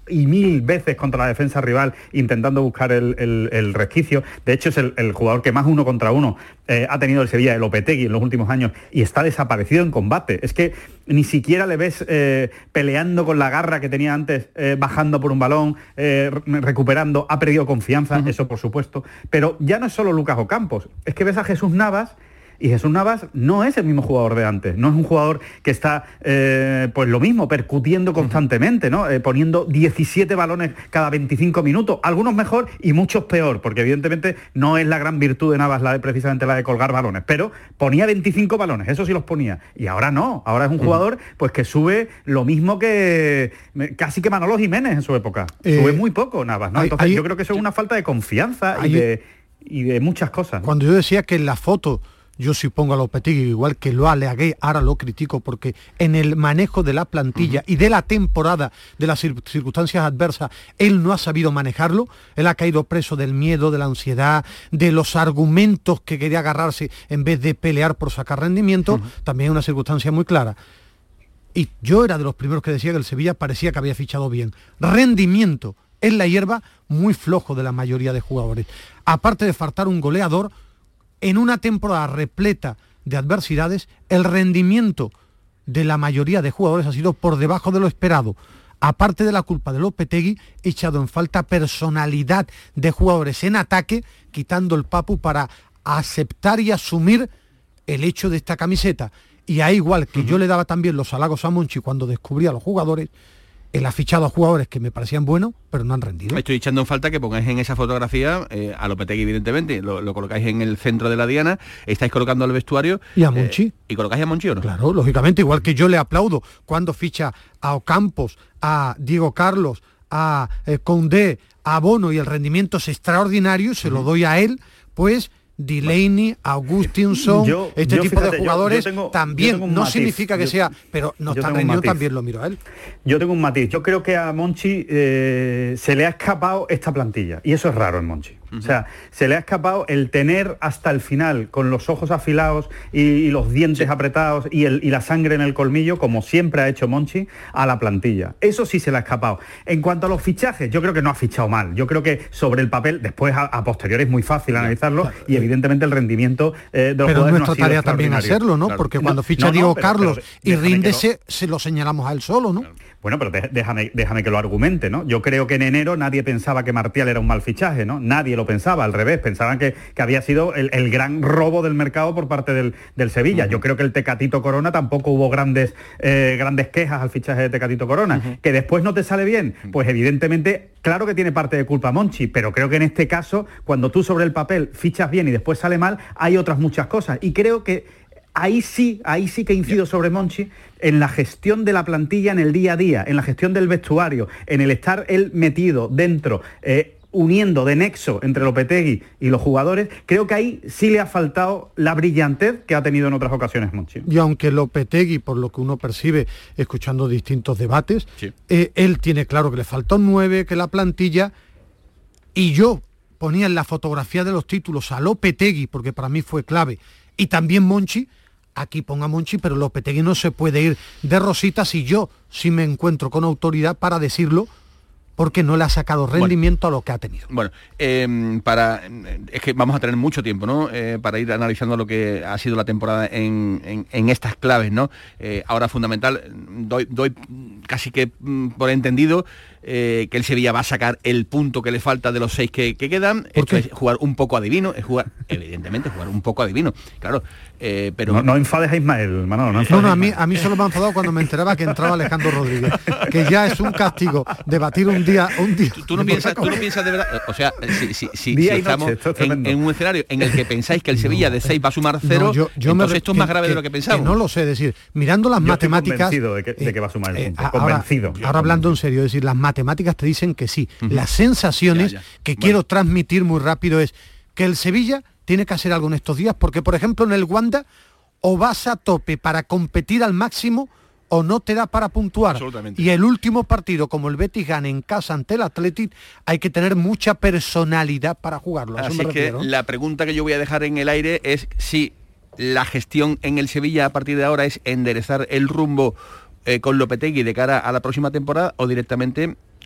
y mil veces contra la defensa rival intentando buscar el, el, el resquicio. De hecho, es el, el jugador que más uno contra uno eh, ha tenido el Sevilla, el Lopetegui, en los últimos años, y está desaparecido en combate. Es que ni siquiera le ves eh, peleando con la garra que tenía antes, eh, bajando por un balón, eh, recuperando, ha perdido confianza, uh-huh. eso por supuesto. Pero ya no es solo Lucas Ocampos, es que ves a Jesús Navas, y Jesús Navas no es el mismo jugador de antes, no es un jugador que está, eh, pues lo mismo, percutiendo constantemente, ¿no? Eh, poniendo diecisiete balones cada veinticinco minutos, algunos mejor y muchos peor, porque evidentemente no es la gran virtud de Navas la de, precisamente la de colgar balones, pero ponía veinticinco balones, eso sí los ponía, y ahora no, ahora es un jugador pues que sube lo mismo que casi que Manolo Jiménez en su época, eh, sube muy poco Navas, ¿no? Entonces hay, yo creo que eso es una falta de confianza hay, y, de, y de muchas cosas, ¿no? Cuando yo decía que en la foto yo sí pongo a Lopetegui, igual que lo alegué, ahora lo critico, porque en el manejo de la plantilla uh-huh. y de la temporada, de las circunstancias adversas, él no ha sabido manejarlo, él ha caído preso del miedo, de la ansiedad, de los argumentos que quería agarrarse en vez de pelear por sacar rendimiento, uh-huh. también es una circunstancia muy clara. Y yo era de los primeros que decía que el Sevilla parecía que había fichado bien. Rendimiento es la hierba muy flojo de la mayoría de jugadores. Aparte de faltar un goleador, en una temporada repleta de adversidades, el rendimiento de la mayoría de jugadores ha sido por debajo de lo esperado. Aparte de la culpa de Lopetegui, he echado en falta personalidad de jugadores en ataque, quitando el papu para aceptar y asumir el hecho de esta camiseta. Y ahí, igual que uh-huh. yo le daba también los halagos a Monchi cuando descubría a los jugadores, él ha fichado a jugadores que me parecían buenos, pero no han rendido. Estoy echando en falta que pongáis en esa fotografía eh, a Lopetegui, evidentemente, lo, lo colocáis en el centro de la diana, estáis colocando al vestuario. Y a Monchi. Eh, ¿Y colocáis a Monchi o no? Claro, lógicamente, igual que yo le aplaudo cuando ficha a Ocampos, a Diego Carlos, a eh, Koundé, a Bono, y el rendimiento es extraordinario, se uh-huh. lo doy a él, pues Delaney, Augustinson, yo, este yo, tipo fíjate, de jugadores yo, yo tengo, también, no matiz. Significa que yo, sea, pero no está rendiendo, también lo miro a él. Yo tengo un matiz, yo creo que a Monchi eh, se le ha escapado esta plantilla, y eso es raro en Monchi. Uh-huh. O sea, se le ha escapado el tener hasta el final, con los ojos afilados y, y los dientes sí. apretados y, el, y la sangre en el colmillo, como siempre ha hecho Monchi, a la plantilla. Eso sí se le ha escapado. En cuanto a los fichajes, yo creo que no ha fichado mal. Yo creo que sobre el papel, después a, a posteriori es muy fácil analizarlo, claro. y evidentemente el rendimiento eh, de los pero jugadores nuestra no ha sido tarea también hacerlo, ¿no? Claro. Porque cuando no, ficha no, Diego no, pero, Carlos pero, y rinde, lo... se, se lo señalamos a él solo, ¿no? Claro. Bueno, pero déjame, déjame que lo argumente, ¿no? Yo creo que en enero nadie pensaba que Martial era un mal fichaje, ¿no? Nadie lo pensaba, al revés, pensaban que, que había sido el, el gran robo del mercado por parte del, del Sevilla. Uh-huh. Yo creo que el Tecatito Corona tampoco hubo grandes, eh, grandes quejas al fichaje de Tecatito Corona. Uh-huh. Que después no te sale bien, pues evidentemente, claro que tiene parte de culpa Monchi, pero creo que en este caso, cuando tú sobre el papel fichas bien y después sale mal, hay otras muchas cosas. Y creo que Ahí sí, ahí sí que incido sobre Monchi en la gestión de la plantilla en el día a día, en la gestión del vestuario, en el estar él metido dentro, eh, uniendo de nexo entre Lopetegui y los jugadores. Creo que ahí sí le ha faltado la brillantez que ha tenido en otras ocasiones Monchi. Y aunque Lopetegui, por lo que uno percibe escuchando distintos debates, sí. eh, él tiene claro que le faltó nueve, que la plantilla, y yo ponía en la fotografía de los títulos a Lopetegui, porque para mí fue clave, y también Monchi. Aquí ponga Monchi, pero Lopetegui no se puede ir de rositas, y yo sí me encuentro con autoridad para decirlo, porque no le ha sacado rendimiento bueno, a lo que ha tenido. Bueno, eh, para es que vamos a tener mucho tiempo, ¿no? Eh, para ir analizando lo que ha sido la temporada en, en, en estas claves, ¿no? Eh, ahora fundamental, doy, doy casi que mm, por entendido eh, que el Sevilla va a sacar el punto que le falta de los seis que, que quedan. Esto es jugar un poco adivino, es jugar, evidentemente, jugar un poco adivino, claro. Eh, pero no, no enfades a Ismael, Manolo, no, no, no, a mí, a mí solo me ha enfadado cuando me enteraba que entraba Alejandro Rodríguez, que ya es un castigo debatir un día un día. Tú, tú, no, piensas, tú no piensas de verdad, o sea, si, si, si, si estamos en, en un escenario en el que pensáis que el Sevilla no, de seis va a sumar cero, no, yo, yo entonces me, esto es más grave que, de lo que pensamos. Que no lo sé, es decir, mirando las yo matemáticas... Estoy convencido de que, de que va a sumar el punto, eh, convencido. Ahora, ahora hablando en serio, es decir, las matemáticas te dicen que sí. Uh-huh. Las sensaciones ya, ya. que bueno. quiero transmitir muy rápido es que el Sevilla tiene que hacer algo en estos días, porque por ejemplo en el Wanda o vas a tope para competir al máximo o no te da para puntuar. Y el último partido, como el Betis gane en casa ante el Athletic, hay que tener mucha personalidad para jugarlo. Así es que la pregunta que yo voy a dejar en el aire es si la gestión en el Sevilla a partir de ahora es enderezar el rumbo eh, con Lopetegui de cara a la próxima temporada, o directamente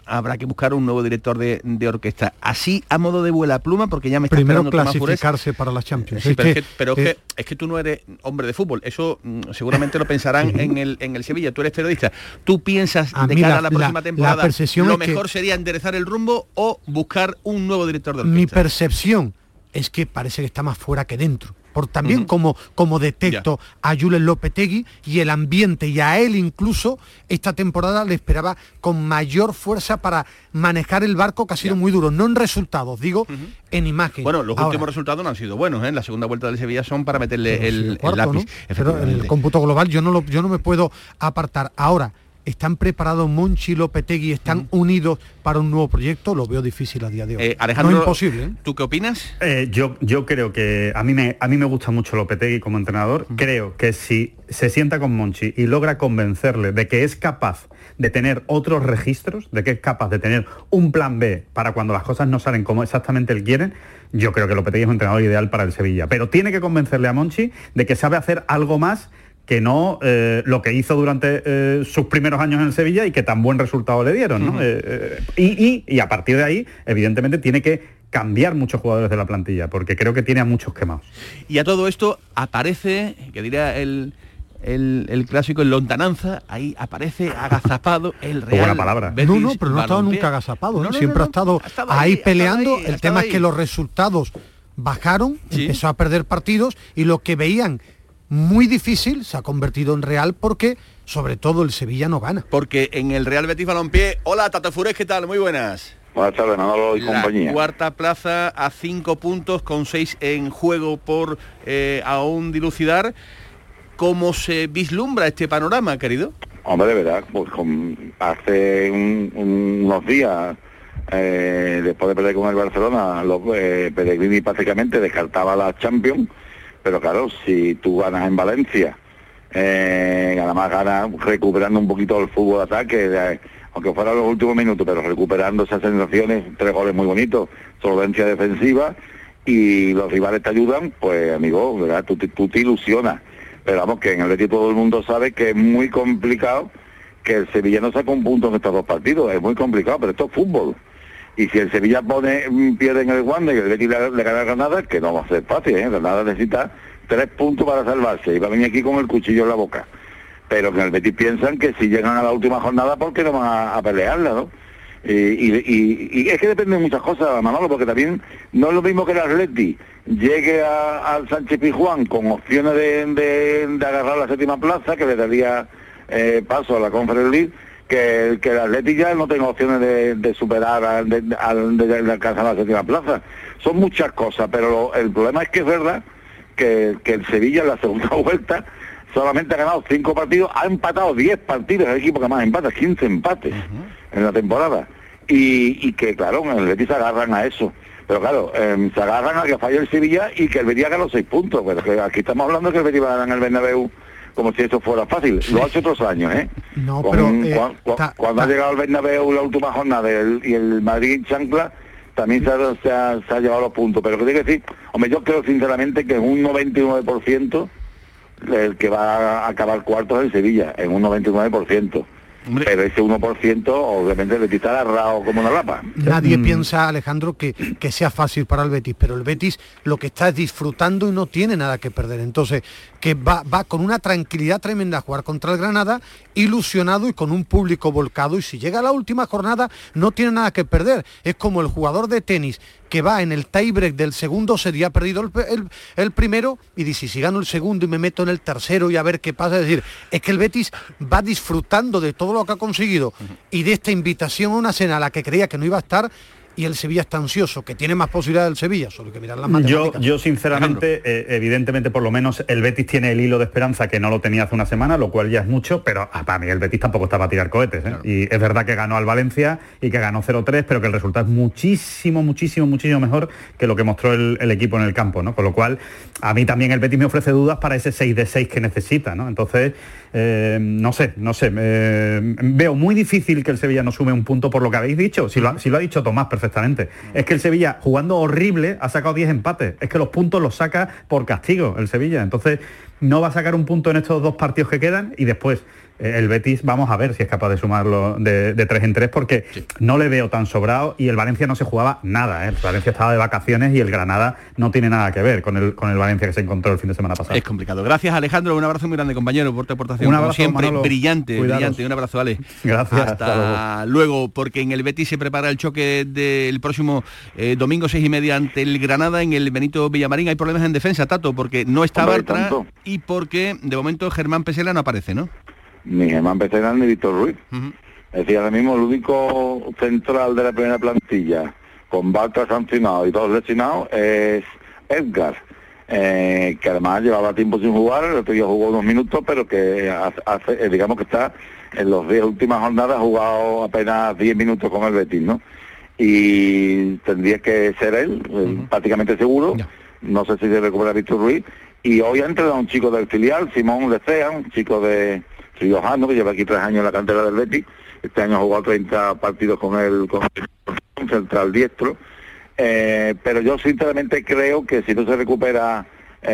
habrá que buscar un nuevo director de, de orquesta. Así, a modo de vuela pluma, porque ya me está primero esperando clasificarse para las Champions. Sí, es pero, que, es que, pero eh, es, que, es que tú no eres hombre de fútbol. Eso mm, seguramente lo pensarán en el en el Sevilla. Tú eres periodista. ¿Tú piensas a de mí cara la, a la próxima la, temporada la percepción lo es mejor que sería enderezar el rumbo o buscar un nuevo director de orquesta? Mi percepción es que parece que está más fuera que dentro. Por también uh-huh. como, como detecto ya. a Julen Lopetegui y el ambiente, y a él incluso esta temporada le esperaba con mayor fuerza para manejar el barco, que ha sido ya. muy duro, no en resultados, digo, uh-huh. en imagen. Bueno, los Ahora, últimos resultados no han sido buenos, ¿eh? La segunda vuelta del Sevilla son para meterle el, el, cuarto, el lápiz. ¿no? Pero el cómputo global yo no, lo, yo no me puedo apartar. Ahora, ¿están preparados Monchi y Lopetegui? ¿Están mm. unidos para un nuevo proyecto? Lo veo difícil a día de hoy. Eh, Alejandro, no es imposible, ¿eh? ¿Tú qué opinas? Eh, yo, yo creo que a mí, me, a mí me gusta mucho Lopetegui como entrenador. Mm. Creo que si se sienta con Monchi y logra convencerle de que es capaz de tener otros registros, de que es capaz de tener un plan B para cuando las cosas no salen como exactamente él quiere, yo creo que Lopetegui es un entrenador ideal para el Sevilla. Pero tiene que convencerle a Monchi de que sabe hacer algo más que no eh, lo que hizo durante eh, sus primeros años en el Sevilla y que tan buen resultado le dieron, ¿no? Uh-huh. eh, eh, y, y, y a partir de ahí, evidentemente, tiene que cambiar muchos jugadores de la plantilla, porque creo que tiene a muchos quemados. Y a todo esto aparece, que diría el, el, el clásico, en lontananza, ahí aparece agazapado el Real buena palabra. Betis. No, no, pero no ha estado nunca agazapado, ¿no? No, Siempre no, no, ha estado, ha estado ahí, ahí peleando. Ahí, el tema ahí. es que los resultados bajaron, ¿sí? empezó a perder partidos y lo que veían muy difícil se ha convertido en real porque sobre todo el Sevilla no gana. Porque en el Real Betis Balompié, hola Tato Fures, ¿qué tal? Muy buenas. Buenas tardes, Manolo y La compañía. Cuarta plaza a cinco puntos con seis en juego por eh, aún dilucidar. ¿Cómo se vislumbra este panorama, querido? Hombre, de verdad, pues con, hace un, un, unos días, eh, después de perder con el Barcelona, los, eh, Pellegrini prácticamente descartaba la Champions. Pero claro, si tú ganas en Valencia, eh, además ganas recuperando un poquito el fútbol de ataque, de, aunque fuera los últimos minutos, pero recuperando esas sensaciones, tres goles muy bonitos, solvencia defensiva, y los rivales te ayudan, pues amigo, ¿verdad? Tú, tú te ilusionas. Pero vamos, que en el Betis todo el mundo sabe que es muy complicado que el Sevilla no saque un punto en estos dos partidos, es muy complicado, pero esto es fútbol. Y si el Sevilla pone pierde en el Wanda y el Betis le, le gana a Granada, que no va a ser fácil, ¿eh? Granada necesita tres puntos para salvarse y va a venir aquí con el cuchillo en la boca. Pero que en el Betis piensan que si llegan a la última jornada, ¿por qué no van a, a pelearla, no? Y, y, y, y es que depende de muchas cosas, Manolo, porque también no es lo mismo que el Atleti llegue a, al Sánchez Pizjuán con opciones de, de, de agarrar la séptima plaza, que le daría eh, paso a la Conference League, que, que el Atleti ya no tenga opciones de, de superar, a, de, de, de, de alcanzar la séptima plaza. Son muchas cosas, pero lo, el problema es que es verdad que, que el Sevilla en la segunda vuelta solamente ha ganado cinco partidos, ha empatado diez partidos, el equipo que más empata, quince empates uh-huh. en la temporada. Y, y que, claro, en el Betis se agarran a eso. Pero claro, eh, se agarran a que falle el Sevilla y que el Betis haga los seis puntos. Pero que aquí estamos hablando que el Betis va a ganar en el Bernabéu como si eso fuera fácil. Lo ha hecho otros años, ¿eh? No, Con, pero... Eh, cu, cu, ta, cuando ta. ha llegado al Bernabéu la última jornada el, y el Madrid en chancla, también se ha, se, ha, se ha llevado los puntos. Pero que tengo que decir, hombre, yo creo sinceramente que en un noventa y nueve por ciento el que va a acabar cuarto es el Sevilla, en un noventa y nueve por ciento. Hombre. Pero ese uno por ciento obviamente el Betis está agarrado como una lapa. Nadie mm. piensa, Alejandro, que, que sea fácil para el Betis, pero el Betis lo que está es disfrutando y no tiene nada que perder. Entonces, que va, va con una tranquilidad tremenda a jugar contra el Granada, ilusionado y con un público volcado, y si llega a la última jornada no tiene nada que perder. Es como el jugador de tenis que va en el tiebreak del segundo, sería perdido el, el, el primero, y dice, si gano el segundo y me meto en el tercero y a ver qué pasa. Es decir, es que el Betis va disfrutando de todo lo que ha conseguido y de esta invitación a una cena a la que creía que no iba a estar, y el Sevilla está ansioso, que tiene más posibilidades del Sevilla, solo que mirar las matemáticas. Yo, yo sinceramente, eh, evidentemente, por lo menos el Betis tiene el hilo de esperanza que no lo tenía hace una semana, lo cual ya es mucho, pero ah, para mí el Betis tampoco estaba a tirar cohetes, ¿eh? Claro. Y es verdad que ganó al Valencia y que ganó cero tres, pero que el resultado es muchísimo, muchísimo, muchísimo mejor que lo que mostró el, el equipo en el campo, ¿no? Con lo cual, a mí también el Betis me ofrece dudas para ese seis de seis que necesita, ¿no? Entonces, eh, no sé, no sé, eh, veo muy difícil que el Sevilla no sume un punto por lo que habéis dicho, si lo, si lo ha dicho Tomás perfectamente. Es que el Sevilla, jugando horrible, ha sacado diez empates. Es que los puntos los saca por castigo el Sevilla. Entonces, no va a sacar un punto en estos dos partidos que quedan y después el Betis vamos a ver si es capaz de sumarlo de, de tres en tres porque sí. no le veo tan sobrado y el Valencia no se jugaba nada, ¿eh? El Valencia estaba de vacaciones y el Granada no tiene nada que ver con el con el Valencia que se encontró el fin de semana pasado. Es complicado. Gracias, Alejandro, un abrazo muy grande, compañero, por tu aportación. Un abrazo, como siempre, Manolo. brillante, Cuidados. brillante. Un abrazo, Ale. Gracias. Hasta, hasta luego. luego, porque en el Betis se prepara el choque del próximo eh, domingo seis y media ante el Granada en el Benito Villamarín. Hay problemas en defensa, Tato, porque no está Bartra y porque de momento Germán Pesela no aparece, ¿no? Ni Germán Pesela ni Víctor Ruiz. Uh-huh. Es decir, ahora mismo el único central de la primera plantilla con Bartra sancionado y todos lesionados es Edgar, eh, que además llevaba tiempo sin jugar, el otro día jugó unos minutos, pero que hace, digamos que está en los diez últimas jornadas, ha jugado apenas diez minutos con el Betis, ¿no? Y tendría que ser él, uh-huh. prácticamente seguro. Yeah. No sé si se recupera Víctor Ruiz. Y hoy ha entrenado un chico del filial, Simón Lecea, un chico de Riojano, que lleva aquí tres años en la cantera del Betis. Este año ha jugado treinta partidos con el, con el central diestro. Eh, pero yo sinceramente creo que si no se recupera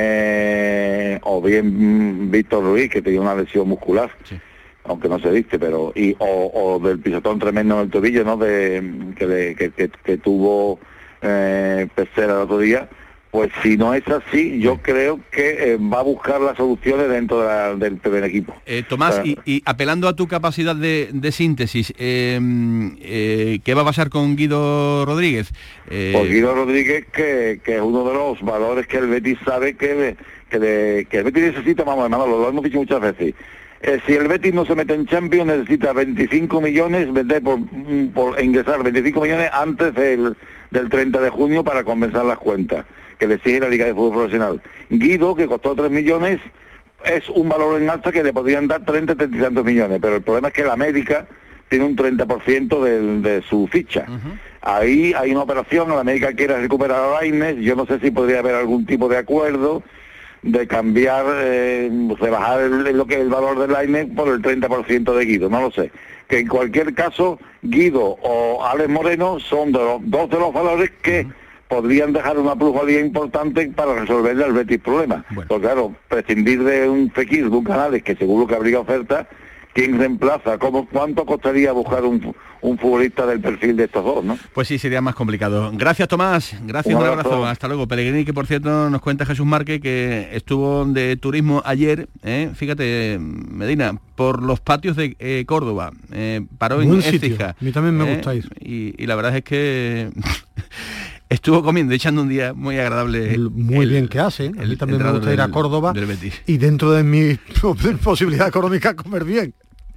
eh, o bien Víctor Ruiz, que tenía una lesión muscular, sí. aunque no se viste, pero y o, o del pisotón tremendo en el tobillo, ¿no? De que, le, que, que, que tuvo eh, Pesela el otro día. Pues si no es así, yo creo que eh, va a buscar las soluciones dentro de la, del primer equipo. Eh, Tomás, o sea, y, y apelando a tu capacidad de, de síntesis, eh, eh, ¿qué va a pasar con Guido Rodríguez? Eh... Pues Guido Rodríguez, que, que es uno de los valores que el Betis sabe que, que, de, que el Betis necesita, vamos, hermano, lo hemos dicho muchas veces. Eh, si el Betis no se mete en Champions, necesita veinticinco millones, vender por, por ingresar veinticinco millones antes del, del treinta de junio para compensar las cuentas que le exige la Liga de Fútbol Profesional. Guido, que costó tres millones, es un valor en alza que le podrían dar treinta, treinta y tantos millones, pero el problema es que la América tiene un treinta por ciento de, de su ficha. Uh-huh. Ahí hay una operación, la América quiere recuperar a Lainez, yo no sé si podría haber algún tipo de acuerdo de cambiar, eh, rebajar el, lo que es el valor de Lainez por el treinta por ciento de Guido, no lo sé. Que en cualquier caso, Guido o Alex Moreno son de los, dos de los valores que uh-huh. podrían dejar una plusvalía importante para resolverle al Betis problema. Bueno. Pues claro, prescindir de un Fekir, de un Canales, que seguro que habría oferta, ¿quién reemplaza? ¿Cómo, ¿Cuánto costaría buscar un, un futbolista del perfil de estos dos, no? Pues sí, sería más complicado. Gracias, Tomás. Gracias, un abrazo. Un abrazo. Hasta luego. Pellegrini, que por cierto nos cuenta Jesús Márquez, que estuvo de turismo ayer, ¿eh? Fíjate, Medina, por los patios de eh, Córdoba. Eh, paró en Écija. A mí también me ¿eh? gustáis. Y, y la verdad es que... estuvo comiendo, echando un día muy agradable. Muy el, bien que hace. A mí también me gusta del, ir a Córdoba y dentro de mi posibilidad económica comer bien.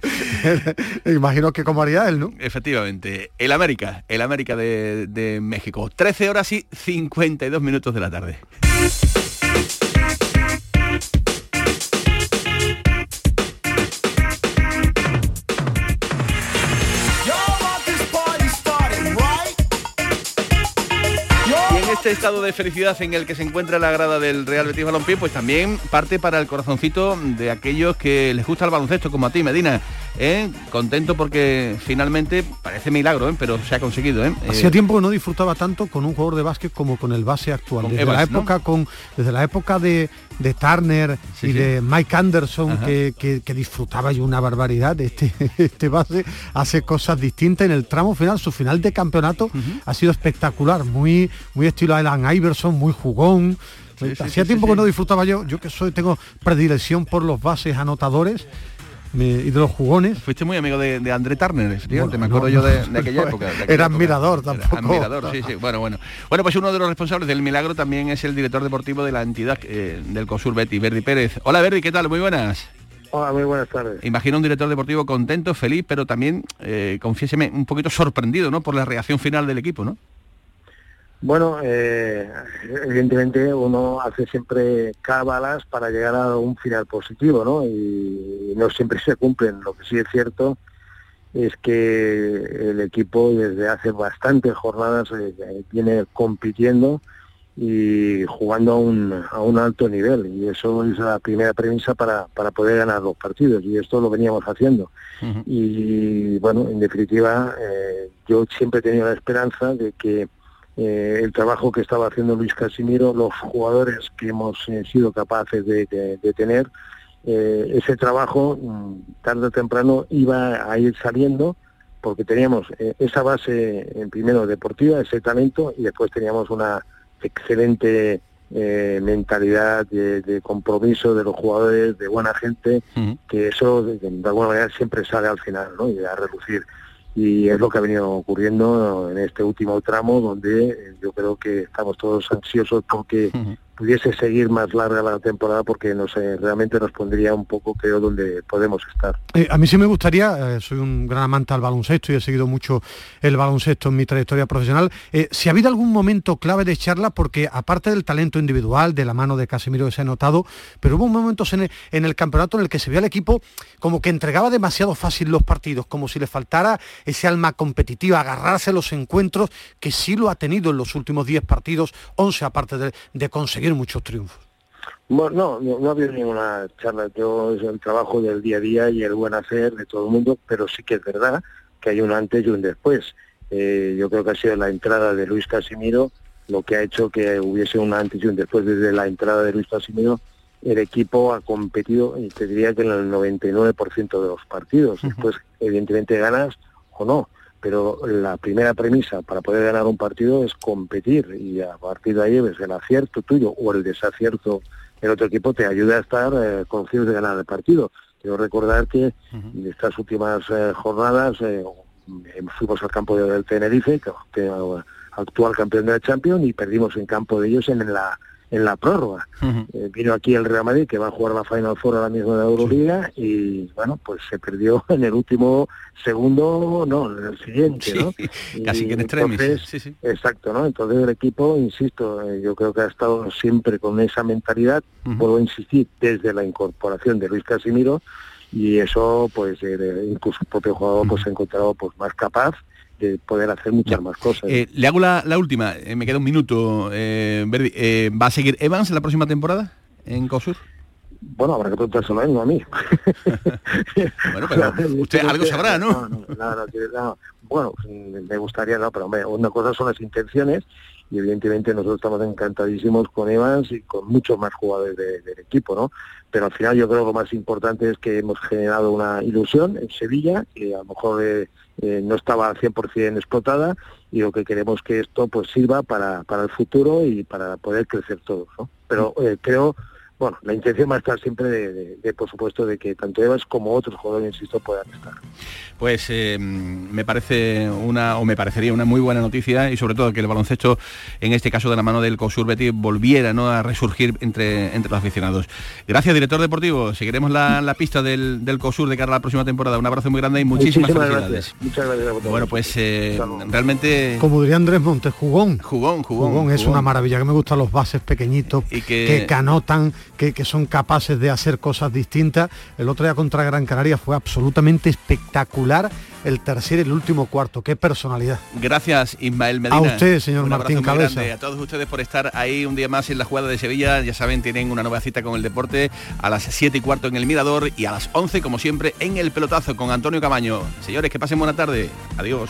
Imagino que como haría él, ¿no? Efectivamente. El América, el América de, de México. trece horas y cincuenta y dos minutos de la tarde. Este estado de felicidad en el que se encuentra la grada del Real Betis Balompié, pues también parte para el corazoncito de aquellos que les gusta el baloncesto, como a ti, Medina. ¿Eh? Contento porque finalmente, parece milagro, ¿eh? Pero se ha conseguido. ¿eh? Hacía tiempo que no disfrutaba tanto con un jugador de básquet como con el base actual. Desde, Evans, la época, ¿no? con, desde la época de, de Turner sí, y sí. de Mike Anderson, que, que, que disfrutaba yo una barbaridad. Este, este base hace cosas distintas en el tramo final. Su final de campeonato uh-huh. ha sido espectacular, muy, muy estilo Allen Iverson, muy jugón. Sí, Hacía sí, tiempo sí, que sí. no disfrutaba yo, yo que soy tengo predilección por los bases anotadores me, y de los jugones. Fuiste muy amigo de, de André Turner, fíjate, no, me acuerdo no, yo de, de aquella no, época. De aquella era época. admirador tampoco. Era admirador, sí, sí. Bueno, bueno. Bueno, pues uno de los responsables del milagro también es el director deportivo de la entidad eh, del COSUR Betis, Verdi Pérez. Hola, Verdi, ¿qué tal? Muy buenas. Hola, muy buenas tardes. Imagino un director deportivo contento, feliz, pero también, eh, confiéseme, un poquito sorprendido, ¿no? Por la reacción final del equipo, ¿no? Bueno, eh, evidentemente uno hace siempre cábalas para llegar a un final positivo, ¿no? Y no siempre se cumplen. Lo que sí es cierto es que el equipo desde hace bastantes jornadas eh, viene compitiendo y jugando a un, a un alto nivel. Y eso es la primera premisa para, para poder ganar los partidos. Y esto lo veníamos haciendo. Uh-huh. Y bueno, en definitiva, eh, yo siempre he tenido la esperanza de que eh, el trabajo que estaba haciendo Luis Casimiro, los jugadores que hemos eh, sido capaces de, de, de tener, eh, ese trabajo tarde o temprano iba a ir saliendo, porque teníamos eh, esa base, en primero deportiva, ese talento, y después teníamos una excelente eh, mentalidad de, de compromiso de los jugadores, de buena gente, uh-huh. que eso de, de alguna manera siempre sale al final, ¿no? Y a relucir. Y es lo que ha venido ocurriendo en este último tramo, donde yo creo que estamos todos ansiosos porque uh-huh. pudiese seguir más larga la temporada, porque no sé, realmente nos pondría un poco, creo, donde podemos estar. Eh, a mí sí me gustaría, eh, soy un gran amante al baloncesto y he seguido mucho el baloncesto en mi trayectoria profesional, eh, si ha habido algún momento clave de charla, porque aparte del talento individual, de la mano de Casimiro que se ha notado, pero hubo momentos en el, en el campeonato en el que se vio al equipo como que entregaba demasiado fácil los partidos, como si le faltara ese alma competitiva, agarrarse a los encuentros, que sí lo ha tenido en los últimos diez partidos, once aparte de, de conseguir muchos triunfos. Bueno, no, no, no ha habido ninguna charla. Yo, es el trabajo del día a día y el buen hacer de todo el mundo, pero sí que es verdad que hay un antes y un después. Eh, yo creo que ha sido la entrada de Luis Casimiro lo que ha hecho que hubiese un antes y un después. Desde la entrada de Luis Casimiro, el equipo ha competido, y te diría que en el noventa y nueve por ciento de los partidos. Uh-huh. Después, evidentemente, ganas o no, pero la primera premisa para poder ganar un partido es competir, y a partir de ahí ves el acierto tuyo o el desacierto del otro equipo te ayuda a estar eh, confiados de ganar el partido. Quiero recordar que uh-huh. en estas últimas eh, jornadas eh, fuimos al campo del Tenerife, que, que actual campeón de la Champions, y perdimos en campo de ellos en la en la prórroga. Uh-huh. Eh, vino aquí el Real Madrid, que va a jugar la Final Four ahora mismo de la Euroliga, sí. y bueno, pues se perdió en el último segundo, no, en el siguiente, sí, ¿no? Casi y que en extremis. Entonces, sí, sí. Exacto, ¿no? Entonces el equipo, insisto, eh, yo creo que ha estado siempre con esa mentalidad, uh-huh. puedo insistir, desde la incorporación de Luis Casimiro, y eso, pues, eh, incluso el propio jugador uh-huh. pues se ha encontrado pues más capaz de poder hacer muchas ya. más cosas. Eh, le hago la, la última, eh, me queda un minuto, eh, Verdi, eh, ¿va a seguir Evans en la próxima temporada en COSUR? Bueno, habrá que preguntárselo a él, no a mí. Bueno, pero usted algo sabrá, ¿no? No, no, no, no, no. Bueno, me gustaría, no, pero hombre, una cosa son las intenciones, y evidentemente nosotros estamos encantadísimos con Evans y con muchos más jugadores de, del equipo, ¿no? Pero al final yo creo que lo más importante es que hemos generado una ilusión en Sevilla, que a lo mejor eh, eh, no estaba al cien por ciento explotada, y lo que queremos que esto pues sirva para, para el futuro y para poder crecer todos, ¿no? Pero eh, creo... Bueno, la intención va a estar siempre de, de, de, por supuesto, de que tanto Evans como otros jugadores, insisto, puedan estar. Pues eh, me parece una, o me parecería una muy buena noticia, y sobre todo que el baloncesto, en este caso de la mano del COSUR Betis, volviera, ¿no?, a resurgir entre, entre los aficionados. Gracias, director deportivo. Seguiremos la, la pista del, del COSUR de cara a la próxima temporada. Un abrazo muy grande y muchísimas, muchísimas felicidades. Gracias. Muchas gracias a vosotros. Bueno, pues eh, realmente... Como diría Andrés Montes, jugón. Jugón, jugón. Jugón es jugón. una maravilla, que me gustan los bases pequeñitos, y que, que anotan, que, que son capaces de hacer cosas distintas. El otro día contra Gran Canaria fue absolutamente espectacular el tercer y el último cuarto. Qué personalidad. Gracias, Ismael Medina. A usted, señor un Martín Cabeza. Grande. A todos ustedes por estar ahí un día más en la jugada de Sevilla. Ya saben, tienen una nueva cita con el deporte a las siete y cuarto en el Mirador, y a las once, como siempre, en el Pelotazo con Antonio Camaño. Señores, que pasen buena tarde. Adiós.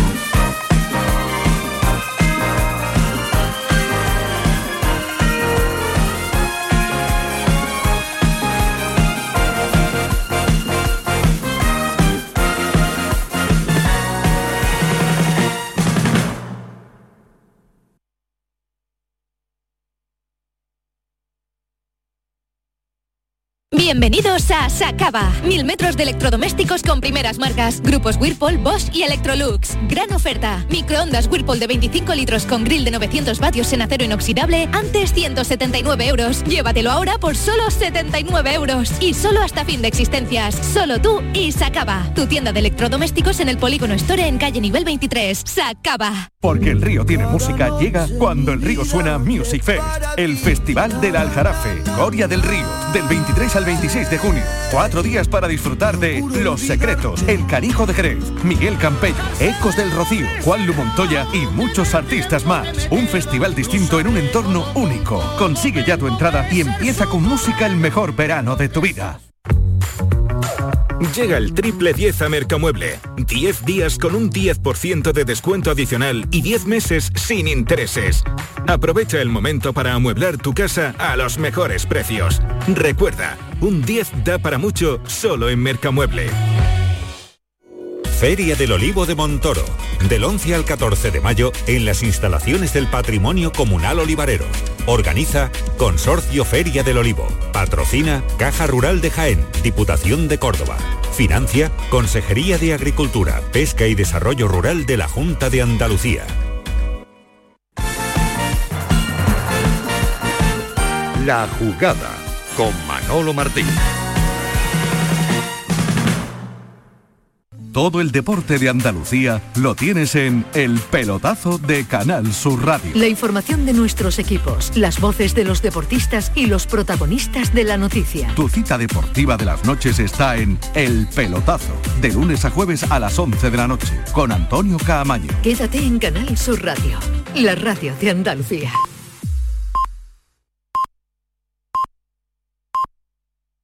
Bienvenidos a Sacaba. Mil metros de electrodomésticos con primeras marcas. Grupos Whirlpool, Bosch y Electrolux. Gran oferta. Microondas Whirlpool de veinticinco litros con grill de novecientos vatios en acero inoxidable. Antes ciento setenta y nueve euros. Llévatelo ahora por solo setenta y nueve euros. Y solo hasta fin de existencias. Solo tú y Sacaba. Tu tienda de electrodomésticos en el Polígono Store en calle nivel veintitrés. Sacaba. Porque el río tiene música, llega cuando el río suena Music Fest. El Festival del Aljarafe. Coria del Río. Del veintitrés al veintiséis de junio. Cuatro días para disfrutar de Los Secretos, El Canijo de Jerez, Miguel Campello, Ecos del Rocío, Juan Lu Montoya y muchos artistas más. Un festival distinto en un entorno único. Consigue ya tu entrada y empieza con música el mejor verano de tu vida. Llega el triple diez a Mercamueble. diez días con un diez por ciento de descuento adicional y diez meses sin intereses. Aprovecha el momento para amueblar tu casa a los mejores precios. Recuerda, un diez da para mucho solo en Mercamueble. Feria del Olivo de Montoro, del once al catorce de mayo en las instalaciones del Patrimonio Comunal Olivarero. Organiza Consorcio Feria del Olivo. Patrocina Caja Rural de Jaén, Diputación de Córdoba. Financia Consejería de Agricultura, Pesca y Desarrollo Rural de la Junta de Andalucía. La Jugada con Manolo Martín. Todo el deporte de Andalucía lo tienes en El Pelotazo de Canal Sur Radio. La información de nuestros equipos, las voces de los deportistas y los protagonistas de la noticia. Tu cita deportiva de las noches está en El Pelotazo, de lunes a jueves a las once de la noche, con Antonio Caamaño. Quédate en Canal Sur Radio, la radio de Andalucía.